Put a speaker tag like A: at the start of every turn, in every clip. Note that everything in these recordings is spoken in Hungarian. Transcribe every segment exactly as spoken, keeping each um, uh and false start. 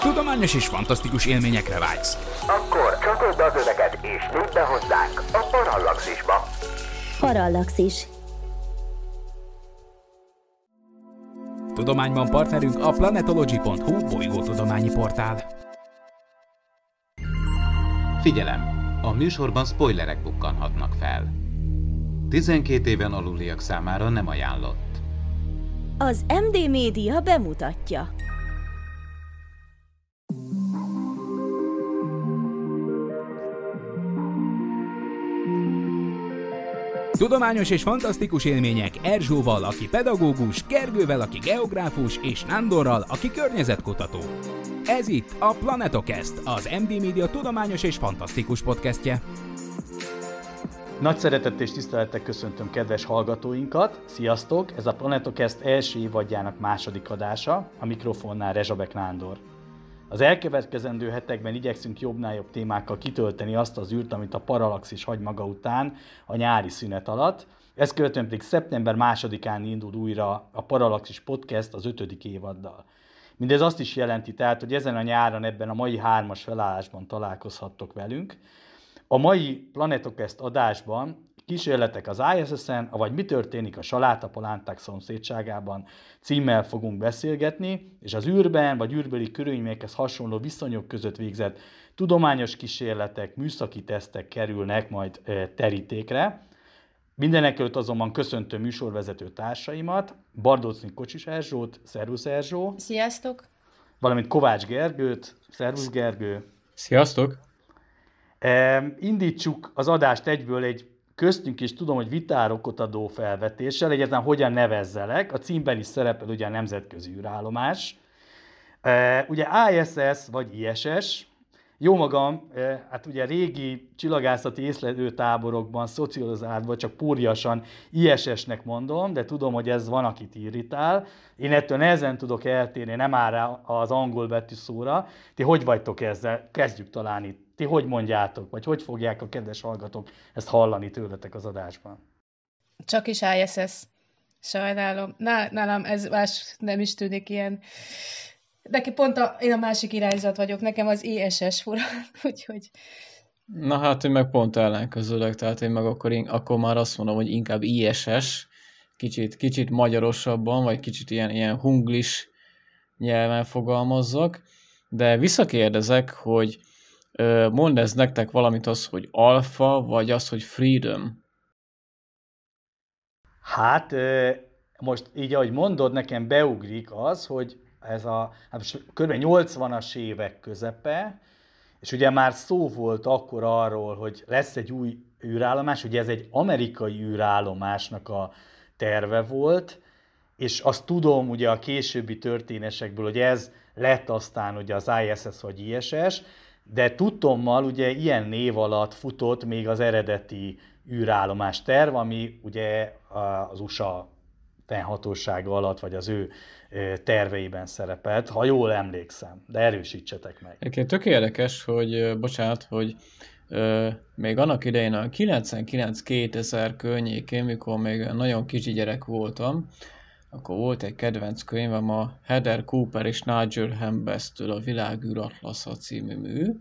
A: Tudományos és fantasztikus élményekre vágysz?
B: Akkor csatold az öveket és nyudd be hozzánk a Parallaxisba.
C: Parallaxis.
A: Tudományban partnerünk a planetology pont hu bolygótudományi portál.
D: Figyelem! A műsorban spoilerek bukkanhatnak fel. tizenkét éven aluliak számára nem ajánlott.
C: Az em dé Média bemutatja.
A: Tudományos és fantasztikus élmények Erzsóval, aki pedagógus, Gergővel, aki geográfus, és Nándorral, aki környezetkutató. Ez itt a Planetocast, az em dé Média tudományos és fantasztikus podcastje.
E: Nagy szeretettel és tisztelettel köszöntöm kedves hallgatóinkat. Sziasztok! Ez a Planetocast első évadjának második adása, a mikrofonnál Rezsabek Nándor. Az elkövetkezendő hetekben igyekszünk jobbnál jobb témákkal kitölteni azt az űrt, amit a Parallaxis hagy maga után a nyári szünet alatt. Ezt követően pedig szeptember másodikán indul újra a Parallaxis Podcast az ötödik évaddal. Mindez azt is jelenti tehát, hogy ezen a nyáron ebben a mai hármas felállásban találkozhattok velünk. A mai Planetocast adásban kísérletek az i es es-en, vagy mi történik a salátapalánták szomszédságában címmel fogunk beszélgetni, és az űrben vagy űrbeli körülményekhez hasonló viszonyok között végzett tudományos kísérletek, műszaki tesztek kerülnek majd terítékre. Mindenekelőtt azonban köszöntöm műsorvezető társaimat, Bardóczny Kocsis Erzsót, szervusz Erzsó!
F: Sziasztok!
E: Valamint Kovács Gergőt, szervusz Gergő!
G: Sziasztok!
E: E, indítsuk az adást egyből egy köztünk is tudom, hogy vitára okot adó felvetéssel, egyáltalán hogyan nevezzelek. A címben is szerepel ugye a nemzetközi űrállomás. E, ugye i es es vagy i es es, jó magam, e, hát ugye régi csillagászati észlelőtáborokban szocializálva csak púriasan i es es-nek mondom, de tudom, hogy ez van, akit irritál. Én ettől nehezen tudok eltérni, nem áll rá az angol betűszóra. Ti hogy vagytok ezzel? Kezdjük talán itt. Ti hogy mondjátok, vagy hogy fogják a kedves hallgatók ezt hallani tőletek az adásban?
F: Csak is i es es. Sajnálom. Nálam ez más nem is tűnik ilyen. Neki pont a, én a másik irányzat vagyok, nekem az i es es fura, úgyhogy...
G: Na hát én meg pont ellenkezőleg, tehát én meg akkor, én, akkor már azt mondom, hogy inkább i es es, kicsit, kicsit magyarosabban, vagy kicsit ilyen, ilyen hunglis nyelven fogalmazzak, de visszakérdezek, hogy mondd ez nektek valamit az, hogy alfa, vagy az, hogy freedom?
E: Hát most így, ahogy mondod, nekem beugrik az, hogy ez a hát kb. nyolcvanas évek közepe, és ugye már szó volt akkor arról, hogy lesz egy új űrállomás, ugye ez egy amerikai űrállomásnak a terve volt, és azt tudom ugye a későbbi történésekből, hogy ez lett aztán ugye az i es es vagy i es es, de tudtommal ugye ilyen név alatt futott még az eredeti űrállomás terv, ami ugye az u es á fennhatósága alatt, vagy az ő terveiben szerepelt, ha jól emlékszem, de erősítsetek meg.
G: Egyébként tök érdekes, hogy, bocsánat, hogy ö, még annak idején a kilencvenkilenc kétezer környékén, mikor még nagyon kicsi gyerek voltam, akkor volt egy kedvenc könyvem, a Heather Cooper és Nigel Hambers-től a Világűr Atlasza című mű.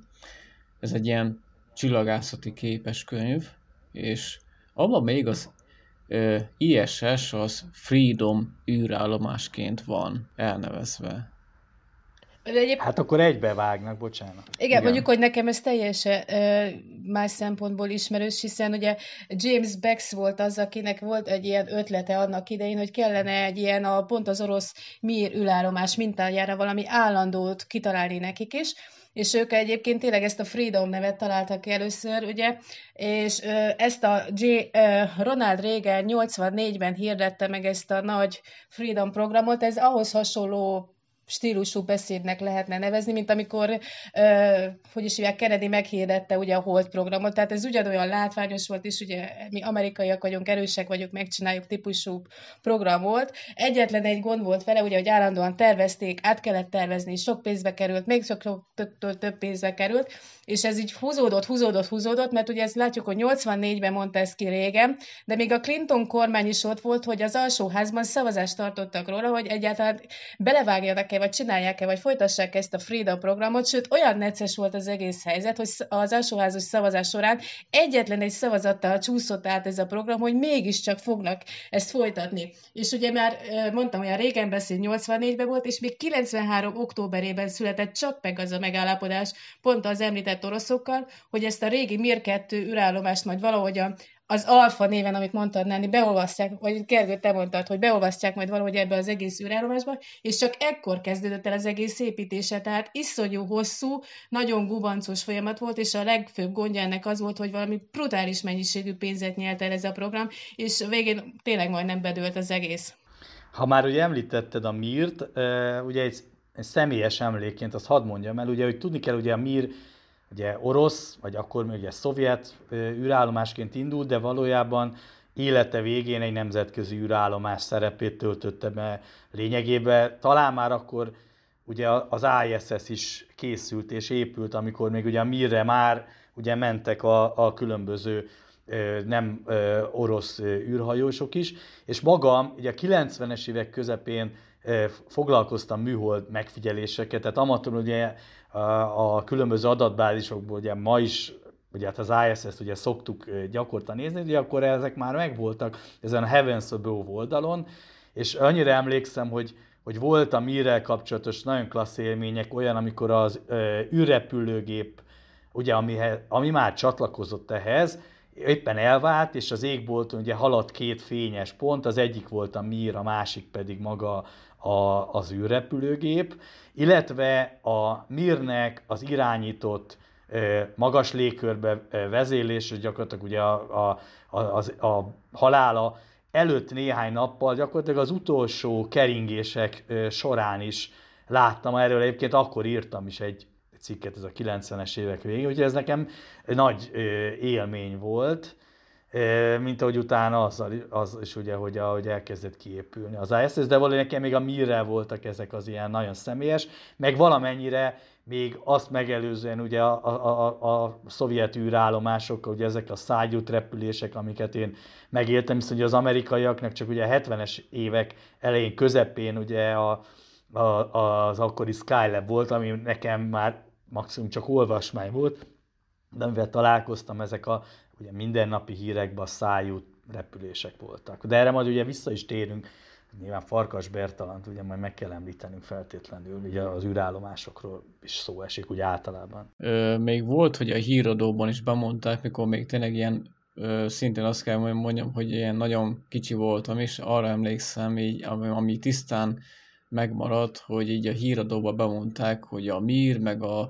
G: Ez egy ilyen csillagászati képes könyv, és abban még az uh, i es es az Freedom űrállomásként van elnevezve.
F: Egyéb...
E: Hát akkor egybevágnak, bocsánat.
F: Igen, Igen, mondjuk, hogy nekem ez teljesen uh, más szempontból ismerős, hiszen ugye James Bax volt az, akinek volt egy ilyen ötlete annak idején, hogy kellene egy ilyen a, pont az orosz Mir űrállomás mintájára valami állandót kitalálni nekik is, és ők egyébként tényleg ezt a Freedom nevet találtak ki először, ugye, és ö, ezt a J, ö, Ronald Reagan nyolcvannégyben hirdette meg ezt a nagy Freedom programot, ez ahhoz hasonló stílusú beszédnek lehetne nevezni, mint amikor, uh, hogy is hívják, Kennedy meghirdette ugye a Hold programot, tehát ez ugyanolyan látványos volt, és ugye mi amerikaiak vagyunk, erősek vagyunk, megcsináljuk típusú program volt. Egyetlen egy gond volt vele, ugye, hogy állandóan tervezték, át kellett tervezni, sok pénzbe került, még sok több, több pénzbe került, és ez így húzódott, húzódott, húzódott, mert ugye ezt látjuk, hogy nyolcvannégyben mondta ezt ki régen, de még a Clinton kormány is ott volt, hogy az alsóházban szavazást tartottak róla, hogy egyáltalán belevágjanak-e vagy csinálják-e, vagy folytassák ezt a Frida programot, sőt, olyan necces volt az egész helyzet, hogy az alsóházas szavazás során egyetlen egy szavazattal csúszott át ez a program, hogy mégiscsak fognak ezt folytatni. És ugye már mondtam, hogy a régen beszél nyolcvannégyben volt, és még kilencvenhárom októberében született csak meg az a megállapodás pont az említett oroszokkal, hogy ezt a régi Mir kettő űrállomást majd valahogyan az Alfa néven, amit mondtad, Náni, beolvasztják, vagy Gergő, te mondtad, hogy beolvasztják majd valahogy ebbe az egész űrállomásba, és csak ekkor kezdődött el az egész építése, tehát iszonyú hosszú, nagyon gubancos folyamat volt, és a legfőbb gondja ennek az volt, hogy valami brutális mennyiségű pénzet nyert el ez a program, és végén tényleg majdnem bedőlt az egész.
E: Ha már ugye említetted a Mirt, ugye egy, egy személyes emlékként azt hadd mondjam el, ugye, hogy tudni kell, ugye a Mir ugye orosz, vagy akkor még ugye szovjet űrállomásként indult, de valójában élete végén egy nemzetközi űrállomás szerepét töltötte be lényegében. Talán már akkor ugye az I S S is készült és épült, amikor még ugye a Mirre már ugye mentek a, a különböző nem orosz űrhajósok is, és magam ugye a kilencvenes évek közepén foglalkoztam műhold megfigyeléseket, tehát amatőrül ugye a, a különböző adatbázisokból ugye ma is, ugye hát az I S S-t ugye szoktuk gyakorta nézni, ugye akkor ezek már megvoltak ezen a Heavens Above oldalon, és annyira emlékszem, hogy, hogy volt a Mirrel kapcsolatos nagyon klassz élmények, olyan, amikor az űrrepülőgép, ugye ami, ami már csatlakozott ehhez, éppen elvált, és az égbolton ugye haladt két fényes pont, az egyik volt a Mir, a másik pedig maga a, az űrrepülőgép, illetve a Mirnek az irányított magas légkörbe vezérlés, gyakorlatilag ugye a, a, a, a halála előtt néhány nappal gyakorlatilag az utolsó keringések során is láttam erről, egyébként akkor írtam is egy cikket, ez a kilencvenes évek végén, úgyhogy ez nekem nagy élmény volt, mint ahogy utána az, az is ugye, hogy ahogy elkezdett kiépülni az I S S, de valójában nekem még a Mirrel voltak ezek az ilyen nagyon személyes, meg valamennyire még azt megelőzően ugye a, a, a, a szovjet űrállomások, ugye ezek a szágyútrepülések, amiket én megéltem, hiszen ugye az amerikaiaknak csak ugye a hetvenes évek elején, közepén ugye a, a, az akkori Skylab volt, ami nekem már maximum csak olvasmány volt, de amivel találkoztam, ezek a ugye mindennapi hírekben a szájút repülések voltak. De erre majd ugye vissza is térünk, nyilván Farkas Bertalant ugye majd meg kell említenünk feltétlenül, ugye az űrállomásokról is szó esik úgy általában.
G: Ö, még volt, hogy a híradóban is bemondták, mikor még tényleg ilyen, ö, szintén azt kell mondjam, hogy ilyen nagyon kicsi voltam, és arra emlékszem, így, ami, ami tisztán megmaradt, hogy így a híradóban bemondták, hogy a Mir meg a,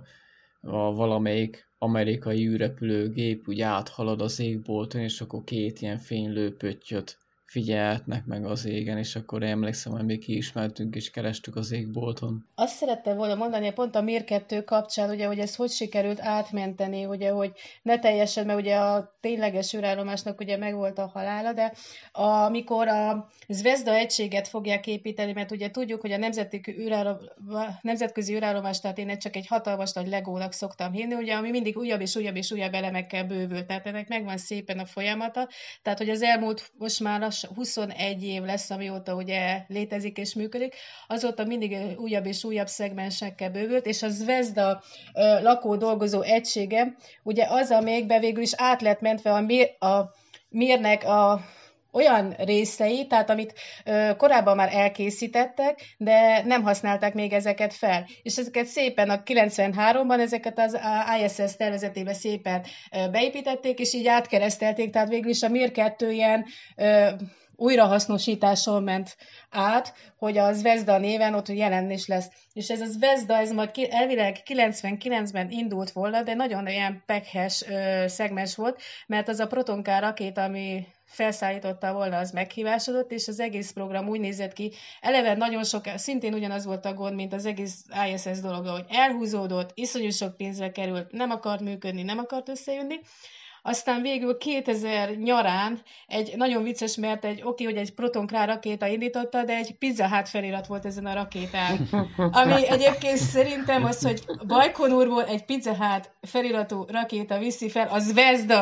G: a valamelyik amerikai űrrepülőgép úgy áthalad az égbolton, és akkor két ilyen fénylőpöttyöt figyelhetnek meg az égen, és akkor emlékszem, hogy még kiismertünk és kerestük az égbolton.
F: Azt szerettem volna mondani, hogy pont a Mir kettő kapcsán, ugye, hogy ez hogy sikerült átmenteni, ugye, hogy ne teljesen, mert ugye a tényleges űrállomásnak ugye megvolt a halála, de amikor a Zvezda egységet fogják építeni, mert ugye tudjuk, hogy a nemzeti űrállom, nemzetközi űrállomás, tehát én csak egy hatalmas nagy legónak szoktam hinni, ugye, ami mindig újabb és újabb és újabb elemekkel bővült, tehát ennek megvan szépen a folyamata, tehát hogy az elmúlt most már huszonegy év lesz, amióta ugye létezik és működik, azóta mindig újabb és újabb szegmensekkel bővült, és a Zvezda ö, lakó dolgozó egysége, ugye az, amelyikbe végül is át lett mentve a, Mir, a Mirnek a olyan részei, tehát amit ö, korábban már elkészítettek, de nem használták még ezeket fel. És ezeket szépen a kilencvenháromban ezeket az I S S tervezetébe szépen ö, beépítették, és így átkeresztelték, tehát végül is a Mir kettő ilyen ö, újrahasznosításon ment át, hogy a Zvezda néven ott jelen is lesz. És ez a Zvezda, ez majd elvileg kilencvenkilencben indult volna, de nagyon ilyen pekhes ö, szegmens volt, mert az a Proton-K rakéta, ami felszállította volna, az meghívásodott, és az egész program úgy nézett ki. Eleve nagyon sok, szintén ugyanaz volt a gond, mint az egész I S S dolog, hogy elhúzódott, iszonyú sok pénzbe került, nem akart működni, nem akart összejönni. Aztán végül kétezer nyarán egy nagyon vicces, mert egy oké, hogy egy Proton-K rakéta indította, de egy Pizza Hut felirat volt ezen a rakétán. Ami egyébként szerintem az, hogy Bajkonurból egy Pizza Hut feliratú rakéta viszi fel a Zvezda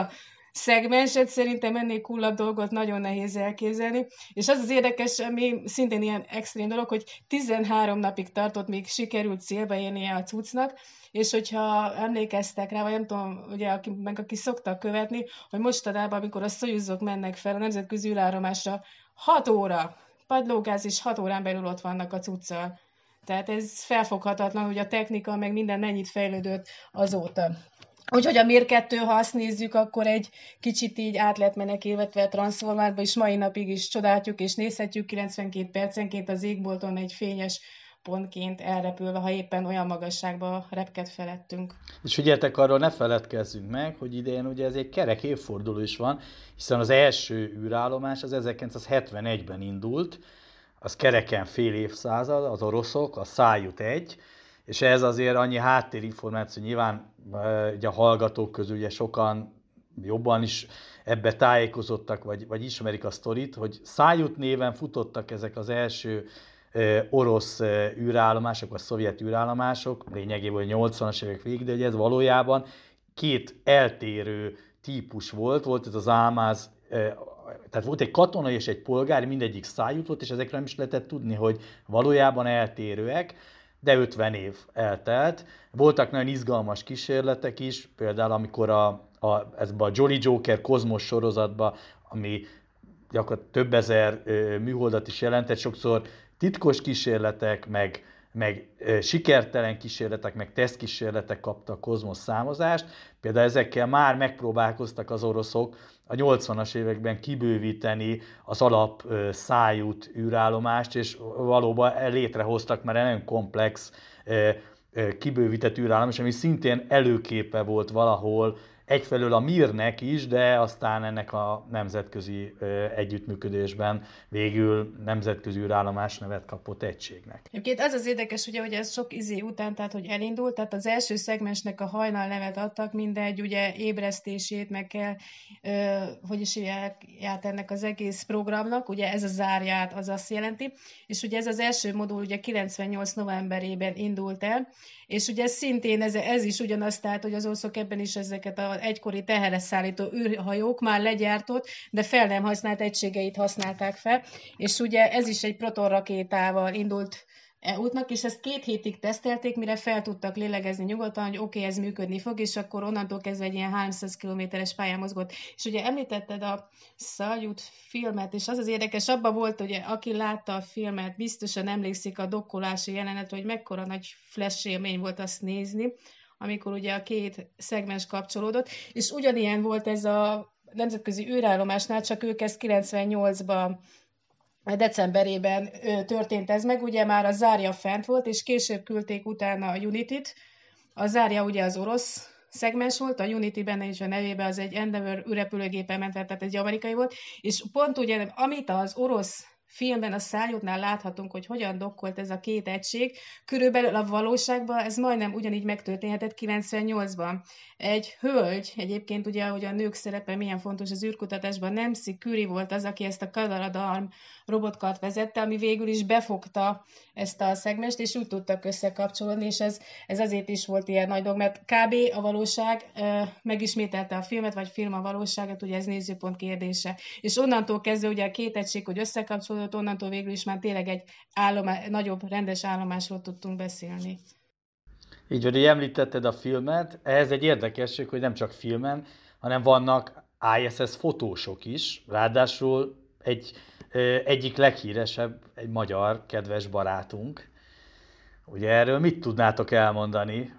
F: szegmenset, szerintem ennél coolabb dolgot nagyon nehéz elképzelni. És az az érdekes, ami szintén ilyen extrém dolog, hogy tizenhárom napig tartott, még sikerült célba érnie a cuccnak, és hogyha emlékeztek rá, vagy nem tudom, ugye, aki, meg aki szoktak követni, hogy mostanában, amikor a Szojuzok mennek fel a nemzetközi űrállomásra, hat óra, padlógáz is hat órán belül ott vannak a cuccal. Tehát ez felfoghatatlan, hogy a technika meg minden mennyit fejlődött azóta. Úgyhogy a Mir kettő, ha azt nézzük, akkor egy kicsit így át lett menekülve transformálva, és mai napig is csodáljuk, és nézhetjük kilencvenkét percenként az égbolton egy fényes pontként elrepülve, ha éppen olyan magasságba repked felettünk.
E: És figyeljetek, arról ne feledkezzünk meg, hogy idén ugye ez egy kerek évforduló is van, hiszen az első űrállomás az ezerkilencszázhetvenegyben indult, az kereken fél évszázad, az oroszok, a Szájut egy, és ez azért annyi háttérinformáció, nyilván ugye a hallgatók közül ugye sokan jobban is ebbe tájékozottak, vagy, vagy ismerik a sztorit, hogy Szájut néven futottak ezek az első orosz űrállomások, vagy szovjet űrállomások, lényegében nyolcvanas évek végig, de ez valójában két eltérő típus volt, volt ez az Almaz, tehát volt egy katonai és egy polgári, mindegyik Szájut volt, és ezekről nem is lehetett tudni, hogy valójában eltérőek, de ötven év eltelt. Voltak nagyon izgalmas kísérletek is, például amikor a, a, ezben a Jolly Joker kozmos sorozatban, ami gyakorlatilag több ezer műholdat is jelentett, sokszor titkos kísérletek, meg, meg e, sikertelen kísérletek, meg tesztkísérletek kaptak a kozmosz számozást. Például ezekkel már megpróbálkoztak az oroszok a nyolcvanas években kibővíteni az alap e, Szájut űrállomást, és valóban létrehoztak már egy nagyon komplex e, e, kibővített űrállomás, ami szintén előképe volt valahol egyfelől a Mirnek is, de aztán ennek a nemzetközi együttműködésben végül nemzetközi űrállomás nevet kapott egységnek.
F: Egyébként az az érdekes, ugye, hogy ez sok izé után, tehát hogy elindult, tehát az első szegmensnek a hajnal nevet adtak, mindegy, ugye ébresztését meg kell, ö, hogy is hívják ennek az egész programnak, ugye ez a zárját az azt jelenti, és ugye ez az első modul ugye kilencvennyolc novemberében indult el, és ugye szintén ez, ez is ugyanaz, tehát hogy az oroszok ebben is ezeket az egykori teherre szállító űrhajók már legyártott, de fel nem használt egységeit használták fel, és ugye ez is egy protonrakétával indult útnak, és ezt két hétig tesztelték, mire fel tudtak lélegezni nyugodtan, hogy oké, okay, ez működni fog, és akkor onnantól kezdve egy ilyen háromszáz kilométeres pályán mozgott. És ugye említetted a Szájut filmet, és az az érdekes, abban volt, hogy aki látta a filmet, biztosan emlékszik a dokkolási jelenetre, hogy mekkora nagy flash élmény volt azt nézni, amikor ugye a két szegmens kapcsolódott, és ugyanilyen volt ez a nemzetközi űrállomásnál, csak ők ezt kilencvennyolcban decemberében történt ez meg, ugye már a Zarya fent volt, és később küldték utána a Unity-t. A Zarya ugye az orosz szegmens volt, a Unity benne is a nevében, az egy Endeavour űrrepülőgépen ment, tehát egy amerikai volt, és pont ugye, amit az orosz filmben a Szájutnál láthatunk, hogy hogyan dokkolt ez a két egység, körülbelül a valóságban ez majdnem ugyanígy megtörténhetett kilencvennyolcban. Egy hölgy, egyébként ugye, hogy a nők szerepe milyen fontos az űrkutatásban, Nancy Curie volt az, aki ezt a Canadarm robotkart vezette, ami végül is befogta ezt a szegmest, és úgy tudtak összekapcsolódni, és ez, ez azért is volt ilyen nagy dolog, mert kb. A valóság e, megismételte a filmet, vagy film a valóságot, ugye ez nézőpont kérdése. És onnantól kezdve ugye a két egység, hogy összekapcsolódott, onnantól végül is már tényleg egy állomás, nagyobb, rendes állomásról tudtunk beszélni.
E: Így van, hogy említetted a filmet, ehhez egy érdekesség, hogy nem csak filmen, hanem vannak I S S fotósok is, ráadásul egy, egyik leghíresebb, egy magyar kedves barátunk. Ugye erről mit tudnátok elmondani?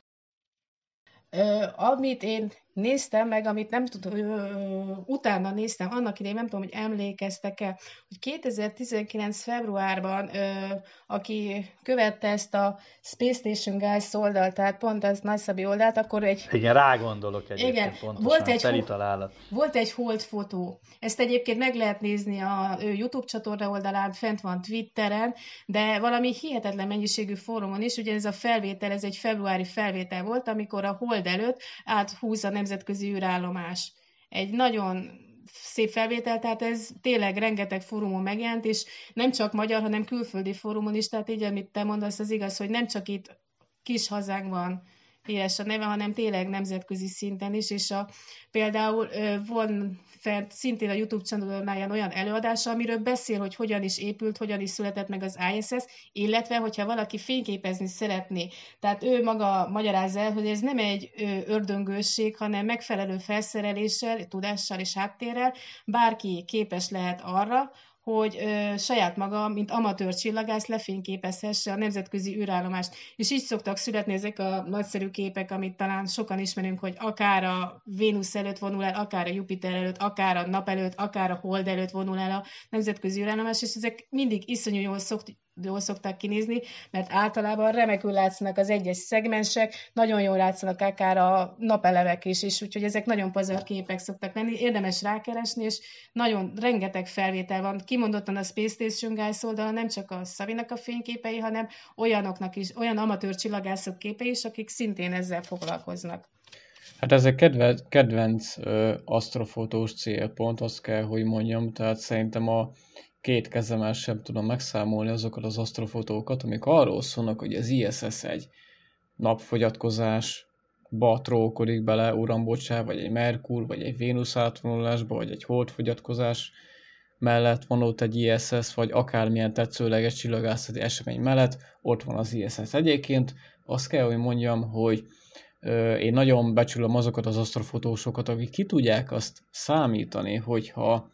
F: Ö, amit én néztem meg, amit nem tudom, utána néztem, annak idején nem tudom, hogy emlékeztek-e, hogy kétezer-tizenkilenc februárban, ö, aki követte ezt a Space Station Guys oldalt, tehát pont az Nagyszabi oldalt, akkor egy...
E: Igen, rá gondolok egyébként
F: igen,
E: pontosan,
F: volt egy,
E: teli találat.
F: Volt egy hold fotó. Ezt egyébként meg lehet nézni a YouTube csatorna oldalán, fent van Twitteren, de valami hihetetlen mennyiségű fórumon is, ugye ez a felvétel, ez egy februári felvétel volt, amikor a hold előtt áthúz a nemzetközi űrállomás. Egy nagyon szép felvétel, tehát ez tényleg rengeteg fórumon megjelent, és nem csak magyar, hanem külföldi fórumon is, tehát így, amit te mondasz, az igaz, hogy nem csak itt kis hazánkban híres a neve, hanem tényleg nemzetközi szinten is, és a, például van fent szintén a YouTube csatornáján olyan előadása, amiről beszél, hogy hogyan is épült, hogyan is született meg az i es es, illetve hogyha valaki fényképezni szeretné. Tehát ő maga magyarázza el, hogy ez nem egy ördöngőség, hanem megfelelő felszereléssel, tudással és háttérrel bárki képes lehet arra, hogy ö, saját maga, mint amatőr csillagász lefényképezhesse a nemzetközi űrállomást. És így szoktak születni ezek a nagyszerű képek, amit talán sokan ismerünk, hogy akár a Vénusz előtt vonul el, akár a Jupiter előtt, akár a Nap előtt, akár a Hold előtt vonul el a nemzetközi űrállomás, és ezek mindig iszonyú jól szokt, jól szokták kinézni, mert általában remekül látszanak az egyes szegmensek, nagyon jól látszanak akár a napelemek is, és úgyhogy ezek nagyon pazar képek szoktak lenni, érdemes rákeresni, és nagyon rengeteg felvétel van, kimondottan a Space Station Guys oldalon, nem csak a Szavinak a fényképei, hanem olyanoknak is, olyan amatőr csillagászok képei is, akik szintén ezzel foglalkoznak.
G: Hát ez egy kedvenc, kedvenc ö, asztrofotós célpont, azt kell, hogy mondjam, tehát szerintem a két kezemmel sem tudom megszámolni azokat az asztrofotókat, amik arról szólnak, hogy az i es es egy napfogyatkozásba trókodik bele, uram bocsá, vagy egy Merkur, vagy egy Vénusz átvonulásba, vagy egy holdfogyatkozás mellett van ott egy i es es, vagy akármilyen tetszőleges csillagászati esemény mellett, ott van az i es es. Egyébként azt kell, hogy mondjam, hogy ö, én nagyon becsülöm azokat az asztrofotósokat, akik ki tudják azt számítani, hogyha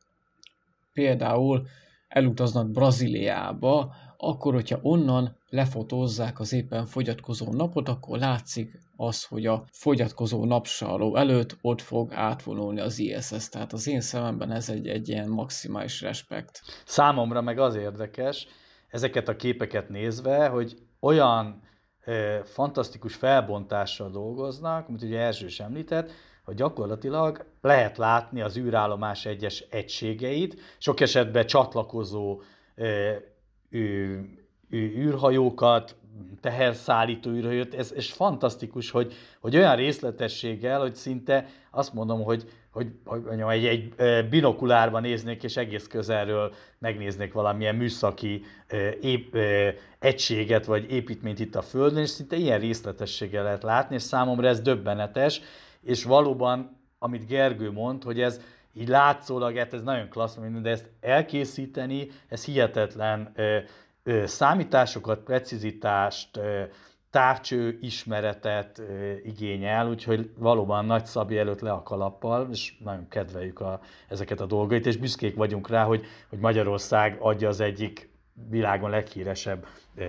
G: például elutaznak Brazíliába, akkor, hogyha onnan lefotózzák az éppen fogyatkozó napot, akkor látszik az, hogy a fogyatkozó napsarló előtt ott fog átvonulni az i es es. Tehát az én szememben ez egy, egy ilyen maximális respekt.
E: Számomra meg az érdekes, ezeket a képeket nézve, hogy olyan e, fantasztikus felbontással dolgoznak, amit ugye Erzső is említett, hogy gyakorlatilag lehet látni az űrállomás egyes egységeit, sok esetben csatlakozó ö, ö, ö, űrhajókat, teherszállító űrhajót, ez, ez fantasztikus, hogy, hogy olyan részletességgel, hogy szinte azt mondom, hogy, hogy, hogy mondjam, egy, egy binokulárban néznék, és egész közelről megnéznék valamilyen műszaki ép, egységet, vagy építményt itt a Földön, és szinte ilyen részletességgel lehet látni, és számomra ez döbbenetes, és valóban, amit Gergő mond, hogy ez így látszólag, hát ez nagyon klassz, de ezt elkészíteni, ez hihetetlen ö, ö, számításokat, precizitást, ö, távcső ismeretet ö, igényel, úgyhogy valóban Nagy Szabi előtt le a kalappal, és nagyon kedveljük a, ezeket a dolgait, és büszkék vagyunk rá, hogy, hogy Magyarország adja az egyik világon leghíresebb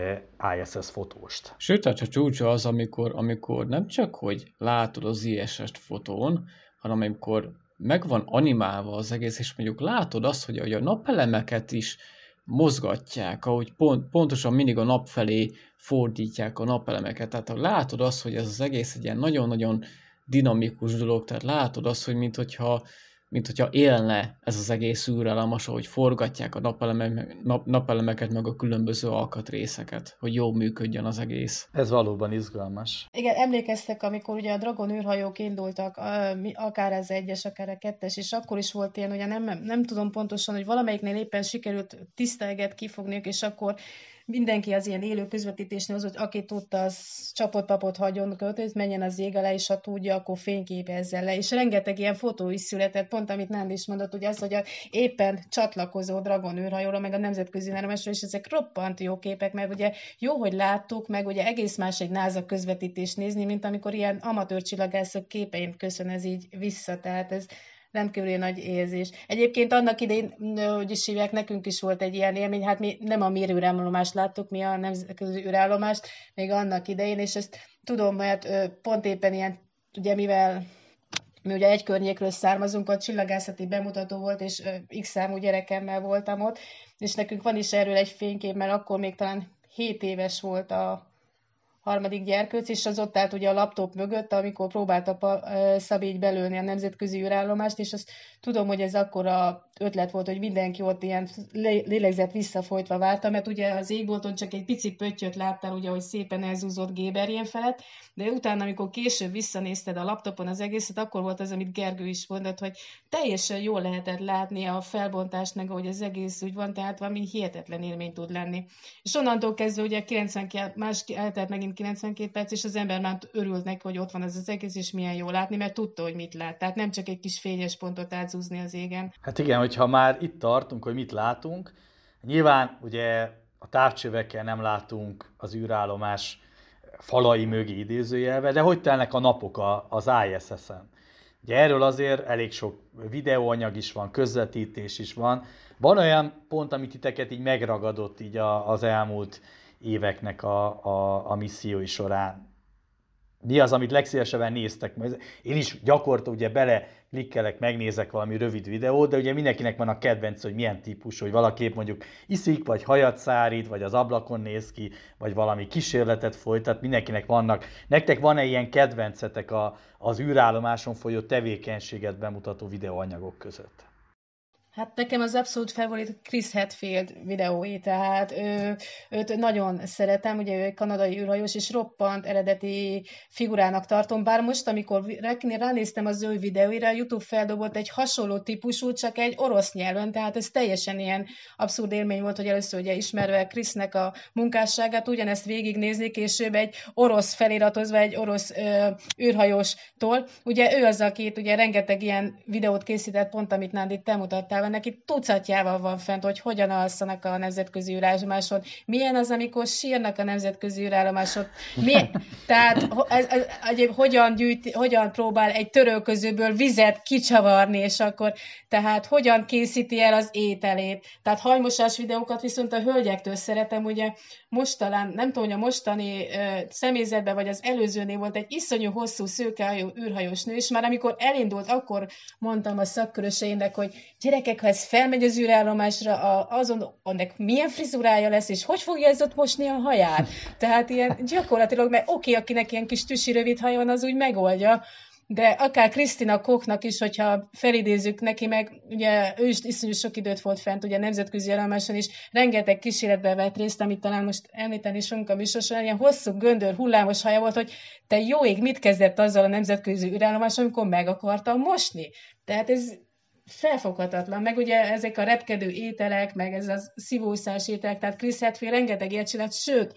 E: i es es fotóst.
G: Sőt, hát a csúcsa az, amikor, amikor nem csak, hogy látod az i es es fotón, hanem amikor meg van animálva az egész, és mondjuk látod azt, hogy, hogy a napelemeket is mozgatják, ahogy pont, pontosan mindig a nap felé fordítják a napelemeket. Tehát látod azt, hogy ez az egész egy ilyen nagyon-nagyon dinamikus dolog, tehát látod azt, hogy minthogyha mint hogyha élne ez az egész űrállomás, ahogy forgatják a napelemek, nap, napelemeket, meg a különböző alkatrészeket, hogy jól működjön az egész.
E: Ez valóban izgalmas.
F: Igen, emlékeztek, amikor ugye a Dragon űrhajók indultak, akár az egyes, akár a kettes, és akkor is volt ilyen, ugye nem, nem tudom pontosan, hogy valamelyiknél éppen sikerült tiszta eget kifogniuk, és akkor mindenki az ilyen élő közvetítésnél az, hogy aki tudta, az csapott papot hagyjon, költőt, menjen az ég alá, és ha tudja, akkor fényképezzen le. És rengeteg ilyen fotó is született, pont amit Nándi is mondott, ugye az, hogy a éppen csatlakozó Dragon űrhajóra, meg a nemzetközi űrállomásra, és ezek roppant jó képek, mert ugye jó, hogy láttuk, meg ugye egész más egy NASA közvetítés nézni, mint amikor ilyen amatőr csillagászok képein köszön ez így vissza, tehát ez rendkívül nagy érzés. Egyébként annak idején, hogy is hívják, nekünk is volt egy ilyen élmény, hát mi nem a Mir űrállomást láttuk, mi a nemzetközi űrállomást, még annak idején, és ezt tudom, mert pont éppen ilyen, ugye mivel mi ugye egy környékről származunk, ott csillagászati bemutató volt, és x számú gyerekemmel voltam ott, és nekünk van is erről egy fénykép, mert akkor még talán hét éves volt a harmadik gyerkőc, és az ott állt ugye a laptop mögött, amikor próbálta Szabi így belőni a nemzetközi űrállomást, és azt tudom, hogy ez akkora ötlet volt, hogy mindenki ott ilyen lélegzett visszafolytva várta, mert ugye az égbolton csak egy pici pöttyöt láttál, ugye, hogy szépen elzúzott Géberjén felett, de utána, amikor később visszanézted a laptopon az egészet, akkor volt az, amit Gergő is mondott, hogy teljesen jól lehetett látni a felbontást, meg ahogy az egész úgy van, tehát valami hihetetlen élmény tud lenni. És onnantól kezdve ugye kilencvenkilenc más eltelt megint mint kilencvenkét perc, és az ember már örült neki, hogy ott van ez az egész, és milyen jó látni, mert tudta, hogy mit lát. Tehát nem csak egy kis fényes pontot átzúzni az égen.
E: Hát igen, hogyha már itt tartunk, hogy mit látunk, nyilván ugye a távcsövekkel nem látunk az űrállomás falai mögé idézőjelbe, de hogy telnek a napok az I S S-en? Ugye erről azért elég sok videóanyag is van, közvetítés is van. Van olyan pont, amit titeket így megragadott így az elmúlt éveknek a, a, a missziói során? Mi az, amit legszívesebben néztek? Én is gyakorta ugye bele klikkelek, megnézek valami rövid videót, de ugye mindenkinek van a kedvenc, hogy milyen típus, hogy valaki épp mondjuk iszik, vagy hajat szárít, vagy az ablakon néz ki, vagy valami kísérletet folytat, mindenkinek vannak. Nektek van-e ilyen kedvencetek a, az űrállomáson folyó tevékenységet bemutató videóanyagok között?
F: Hát nekem az abszolút favorit Chris Hadfield videói, tehát ő, őt nagyon szeretem, ugye ő egy kanadai űrhajós, és roppant eredeti figurának tartom, bár most, amikor ránéztem az ő videóira, a YouTube feldobott egy hasonló típusú, csak egy orosz nyelven, tehát ez teljesen ilyen abszurd élmény volt, hogy először ugye ismerve Chrisnek a munkásságát, ugyanezt végignézni, később egy orosz feliratozva, egy orosz ö, űrhajóstól. Ugye ő az, akit ugye rengeteg ilyen videót készített, pont amit Nándi te mutattál, neki tucatjával van fent, hogy hogyan alszanak a nemzetközi űrállomáson, milyen az, amikor sírnak a nemzetközi űrállomáson, milyen, tehát ez, ez, ez, hogyan, gyűjt, hogyan próbál egy törölközőből vizet kicsavarni, és akkor, tehát hogyan készíti el az ételét. Tehát hajmosás videókat viszont a hölgyektől szeretem, ugye most talán, nem tudom, hogy a mostani uh, személyzetben, vagy az előzőnél volt egy iszonyú hosszú szőkehajó űrhajós nő, és már amikor elindult, akkor mondtam a szakköröseinek, hogy gyerekek, ha ez felmegy az űrállomásra, azon annak milyen frizurája lesz, és hogy fogja ez ott mosni a haját? Tehát ilyen gyakorlatilag, mert oké, okay, akinek ilyen kis tüsi rövid haja van, az úgy megoldja, de akár Krisztina Kochnak is, hogyha felidézzük neki, meg ugye ő is iszonyú sok időt volt fent, ugye nemzetközi állomáson is, rengeteg kísérletben vett részt, amit talán most említeni is fogunk a műsor során, ilyen hosszú, göndör, hullámos haja volt, hogy te jó ég, mit kezdett azzal a nemzetközi űrállomáson, amikor meg akartam mosni? Tehát ez felfoghatatlan, meg ugye ezek a repkedő ételek, meg ez a szivószás ételek, tehát Chris Hadfield rengeteg ilyet csinált, sőt,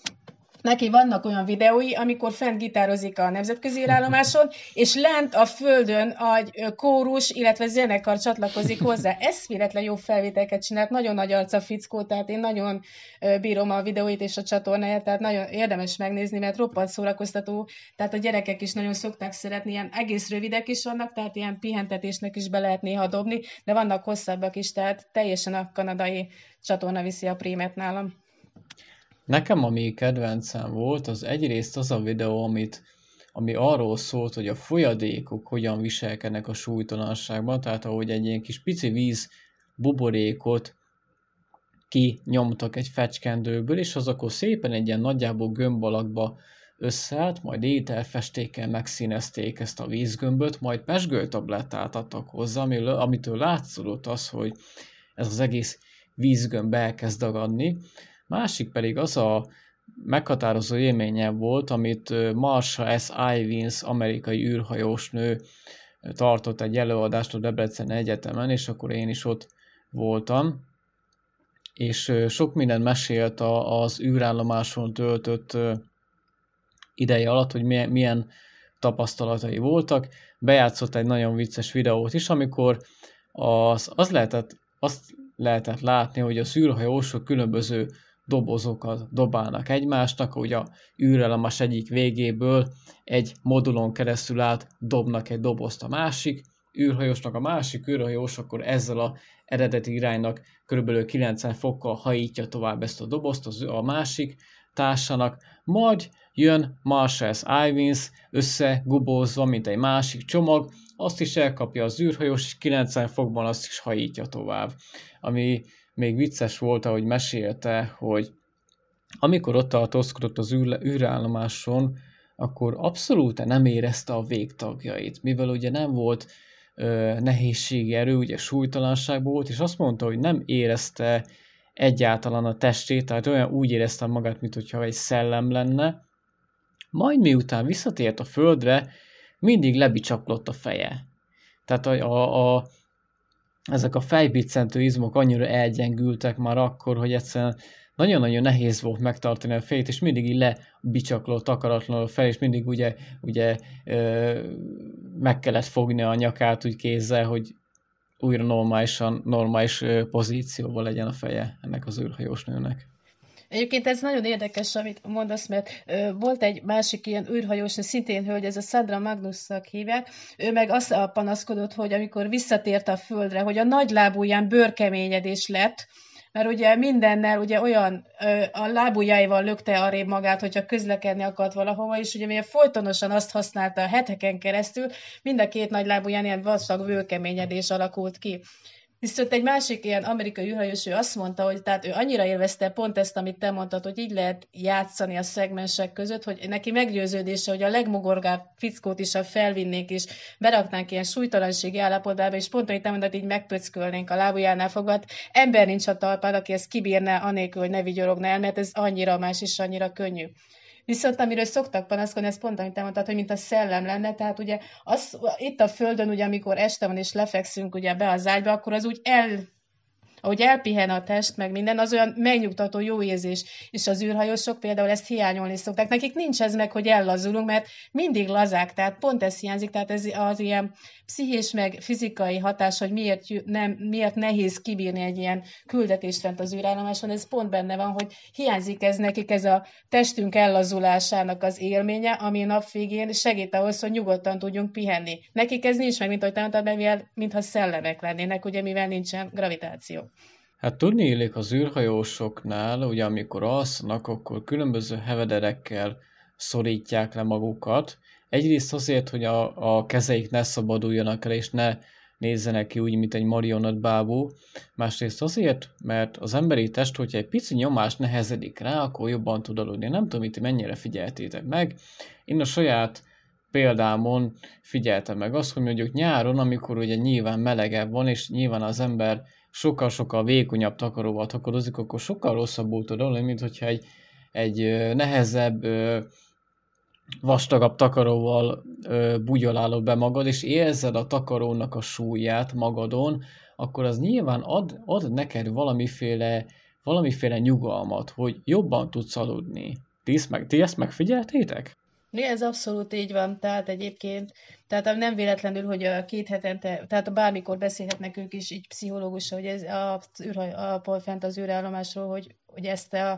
F: neki vannak olyan videói, amikor fent gitározik a nemzetközi űrállomáson, és lent a földön a kórus, illetve zenekar csatlakozik hozzá. Eszméletlen jó felvételeket csinált, nagyon nagy arca fickó, tehát én nagyon bírom a videóit és a csatornáját, tehát nagyon érdemes megnézni, mert roppant szórakoztató, tehát a gyerekek is nagyon szokták szeretni, ilyen egész rövidek is vannak, tehát ilyen pihentetésnek is be lehet néha dobni, de vannak hosszabbak is, tehát teljesen a kanadai csatorna viszi a prímet nálam.
G: Nekem ami kedvencem volt, az egyrészt az a videó, amit, ami arról szólt, hogy a folyadékok hogyan viselkednek a súlytalanságban, tehát ahogy egy ilyen kis pici víz buborékot kinyomtak egy fecskendőből, és az akkor szépen egy ilyen nagyjából gömb alakba összeállt, majd ételfestékkel megszínezték ezt a vízgömböt, majd pezsgőtablettát adtak hozzá, amitől látszódott az, hogy ez az egész vízgömb elkezd dagadni. Másik pedig az a meghatározó élménye volt, amit Marsha S. Ivins, amerikai űrhajós nő tartott egy előadást a Debrecen Egyetemen, és akkor én is ott voltam, és sok mindent mesélt az űrállomáson töltött ideje alatt, hogy milyen tapasztalatai voltak. Bejátszott egy nagyon vicces videót is, amikor az, az lehetett, azt lehetett látni, hogy az űrhajósok különböző dobozokat dobálnak egymásnak, hogy a űrállomás egyik végéből egy modulon keresztül át dobnak egy dobozt a másik űrhajósnak, a másik űrhajós akkor ezzel a eredeti iránynak körülbelül kilencven fokkal hajítja tovább ezt a dobozt az, a másik társának, majd jön Marsha S. Ivins összegubózva, mint egy másik csomag, azt is elkapja az űrhajós, és kilencven fokban azt is hajítja tovább. Ami még vicces volt, ahogy mesélte, hogy amikor ott tartózkodott az űrállomáson, akkor abszolút nem érezte a végtagjait, mivel ugye nem volt ö, nehézségi erő, ugye súlytalanságban volt, és azt mondta, hogy nem érezte egyáltalán a testét, tehát olyan úgy érezte magát, mintha egy szellem lenne. Majd miután visszatért a földre, mindig lebicsaklott a feje. Tehát a, a, a ezek a fejbiccentő izmok annyira elgyengültek már akkor, hogy egyszerűen nagyon-nagyon nehéz volt megtartani a fejét, és mindig így lebicsaklott akaratlanul fel, és mindig ugye, ugye ö, meg kellett fogni a nyakát úgy kézzel, hogy újra normálisan, normális pozícióban legyen a feje ennek az űrhajós nőnek.
F: Egyébként ez nagyon érdekes, amit mondasz, mert ö, volt egy másik ilyen űrhajós, szintén hölgy, ez a Sandra Magnusnak hívják, ő meg azt panaszkodott, hogy amikor visszatért a Földre, hogy a nagy lábujján bőrkeményedés lett, mert ugye mindennel ugye olyan ö, a lábujjáival lökte arrébb magát, hogyha közlekedni akart valahova, és ugye mivel folytonosan azt használta a heteken keresztül, mind a két nagy lábujján ilyen vastag bőrkeményedés alakult ki. Viszont egy másik ilyen amerikai űrhajós, ő azt mondta, hogy tehát ő annyira élvezte pont ezt, amit te mondtad, hogy így lehet játszani a szegmensek között, hogy neki meggyőződése, hogy a legmogorgább fickót is, ha felvinnék és beraknánk ilyen súlytalanségi állapotába, és pont, amit te mondtad, így megpöckölnénk a lábujjánál fogva, ember nincs a talpán, aki ezt kibírná anélkül, hogy ne vigyorogna el, mert ez annyira más és annyira könnyű. Viszont amiről szoktak panaszkodni, ez pont, amit te mondtad, hogy mint a szellem lenne, tehát ugye az, itt a Földön, ugye, amikor este van és lefekszünk ugye be az ágyba, akkor az úgy el, ahogy elpihen a test, meg minden, az olyan megnyugtató jó érzés. És az űrhajósok például ezt hiányolni szokták. Nekik nincs ez meg, hogy ellazulunk, mert mindig lazák, tehát pont ez hiányzik, tehát ez az ilyen pszichés meg fizikai hatás, hogy miért, nem, miért nehéz kibírni egy ilyen küldetést fent az űrállomáson, ez pont benne van, hogy hiányzik ez nekik, ez a testünk ellazulásának az élménye, ami nap végén segít ahhoz, hogy nyugodtan tudjunk pihenni. Nekik ez nincs meg, mint ahogy te mondtad, mivel, mintha szellemek lennének, ugye, mivel nincsen gravitáció.
G: Hát tudni illik az űrhajósoknál, ugye amikor alszanak, akkor különböző hevederekkel szorítják le magukat. Egyrészt azért, hogy a, a kezeik ne szabaduljanak el, és ne nézzenek ki úgy, mint egy marionettbábú. Másrészt azért, mert az emberi test, hogyha egy pici nyomás nehezedik rá, akkor jobban tud aludni. Nem tudom, itt mennyire figyeltétek meg. Én a saját példámon figyeltem meg azt, hogy mondjuk nyáron, amikor ugye nyilván melegebb van, és nyilván az ember sokkal-sokkal vékonyabb takaróval takarozik, akkor sokkal rosszabbul tud aludni, mint hogyha egy, egy nehezebb, vastagabb takaróval bugyolálod be magad, és érzed a takarónak a súlyát magadon, akkor az nyilván ad, ad neked valamiféle, valamiféle nyugalmat, hogy jobban tudsz aludni. Ti ezt, meg, ti ezt megfigyeltétek?
F: Ja, ez abszolút így van, tehát egyébként, tehát nem véletlenül, hogy a két hetente, tehát bármikor beszélhetnek ők is így pszichológussal, hogy ez a, a, a fent az űrállomásról, hogy, hogy ezt a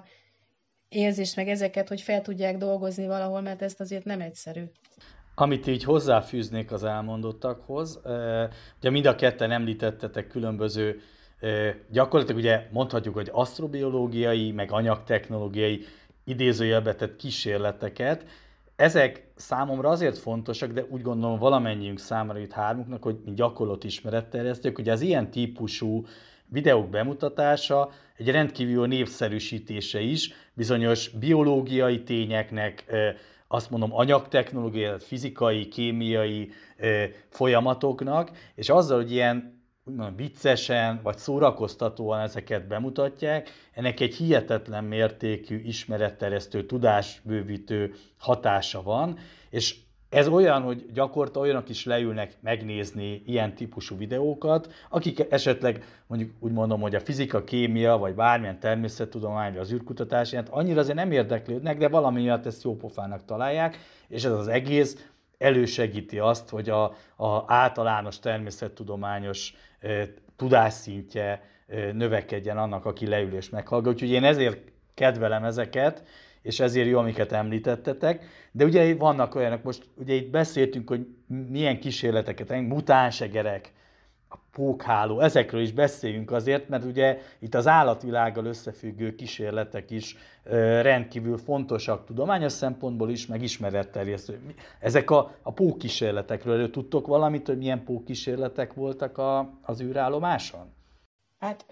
F: érzést, meg ezeket, hogy fel tudják dolgozni valahol, mert ezt azért nem egyszerű.
E: Amit így hozzáfűznék az elmondottakhoz, ugye mind a ketten említettetek különböző, gyakorlatilag ugye mondhatjuk, hogy asztrobiológiai, meg anyagtechnológiai idézőjelbe tett kísérleteket. Ezek számomra azért fontosak, de úgy gondolom valamennyiünk számára itt hármunknak, hogy mi gyakorlott ismeretterjesztők, hogy az ilyen típusú videók bemutatása egy rendkívül népszerűsítése is bizonyos biológiai tényeknek, azt mondom anyagtechnológiai, fizikai, kémiai folyamatoknak, és azzal, hogy ilyen úgymond viccesen vagy szórakoztatóan ezeket bemutatják, ennek egy hihetetlen mértékű ismeretterjesztő, tudásbővítő hatása van, és ez olyan, hogy gyakorta olyanok is leülnek megnézni ilyen típusú videókat, akik esetleg mondjuk úgy mondom, hogy a fizika, kémia, vagy bármilyen természettudomány, vagy az űrkutatás ilyet annyira azért nem érdeklődnek, de valami miatt ezt jó pofának találják, és ez az egész elősegíti azt, hogy a, a általános természettudományos e, tudásszintje e, növekedjen annak, aki leül és meghallgat. Úgyhogy én ezért kedvelem ezeket, és ezért jó, amiket említettetek. De ugye vannak olyanok, most ugye itt beszéltünk, hogy milyen kísérleteket, mutánsegerek, a pókháló, ezekről is beszéljünk azért, mert ugye itt az állatvilággal összefüggő kísérletek is rendkívül fontosak tudományos szempontból is, meg ismeretterjesztő. Ezek a, a pókkísérletekről tudtok valamit, hogy milyen pókkísérletek voltak a, az űrállomáson?
F: Hát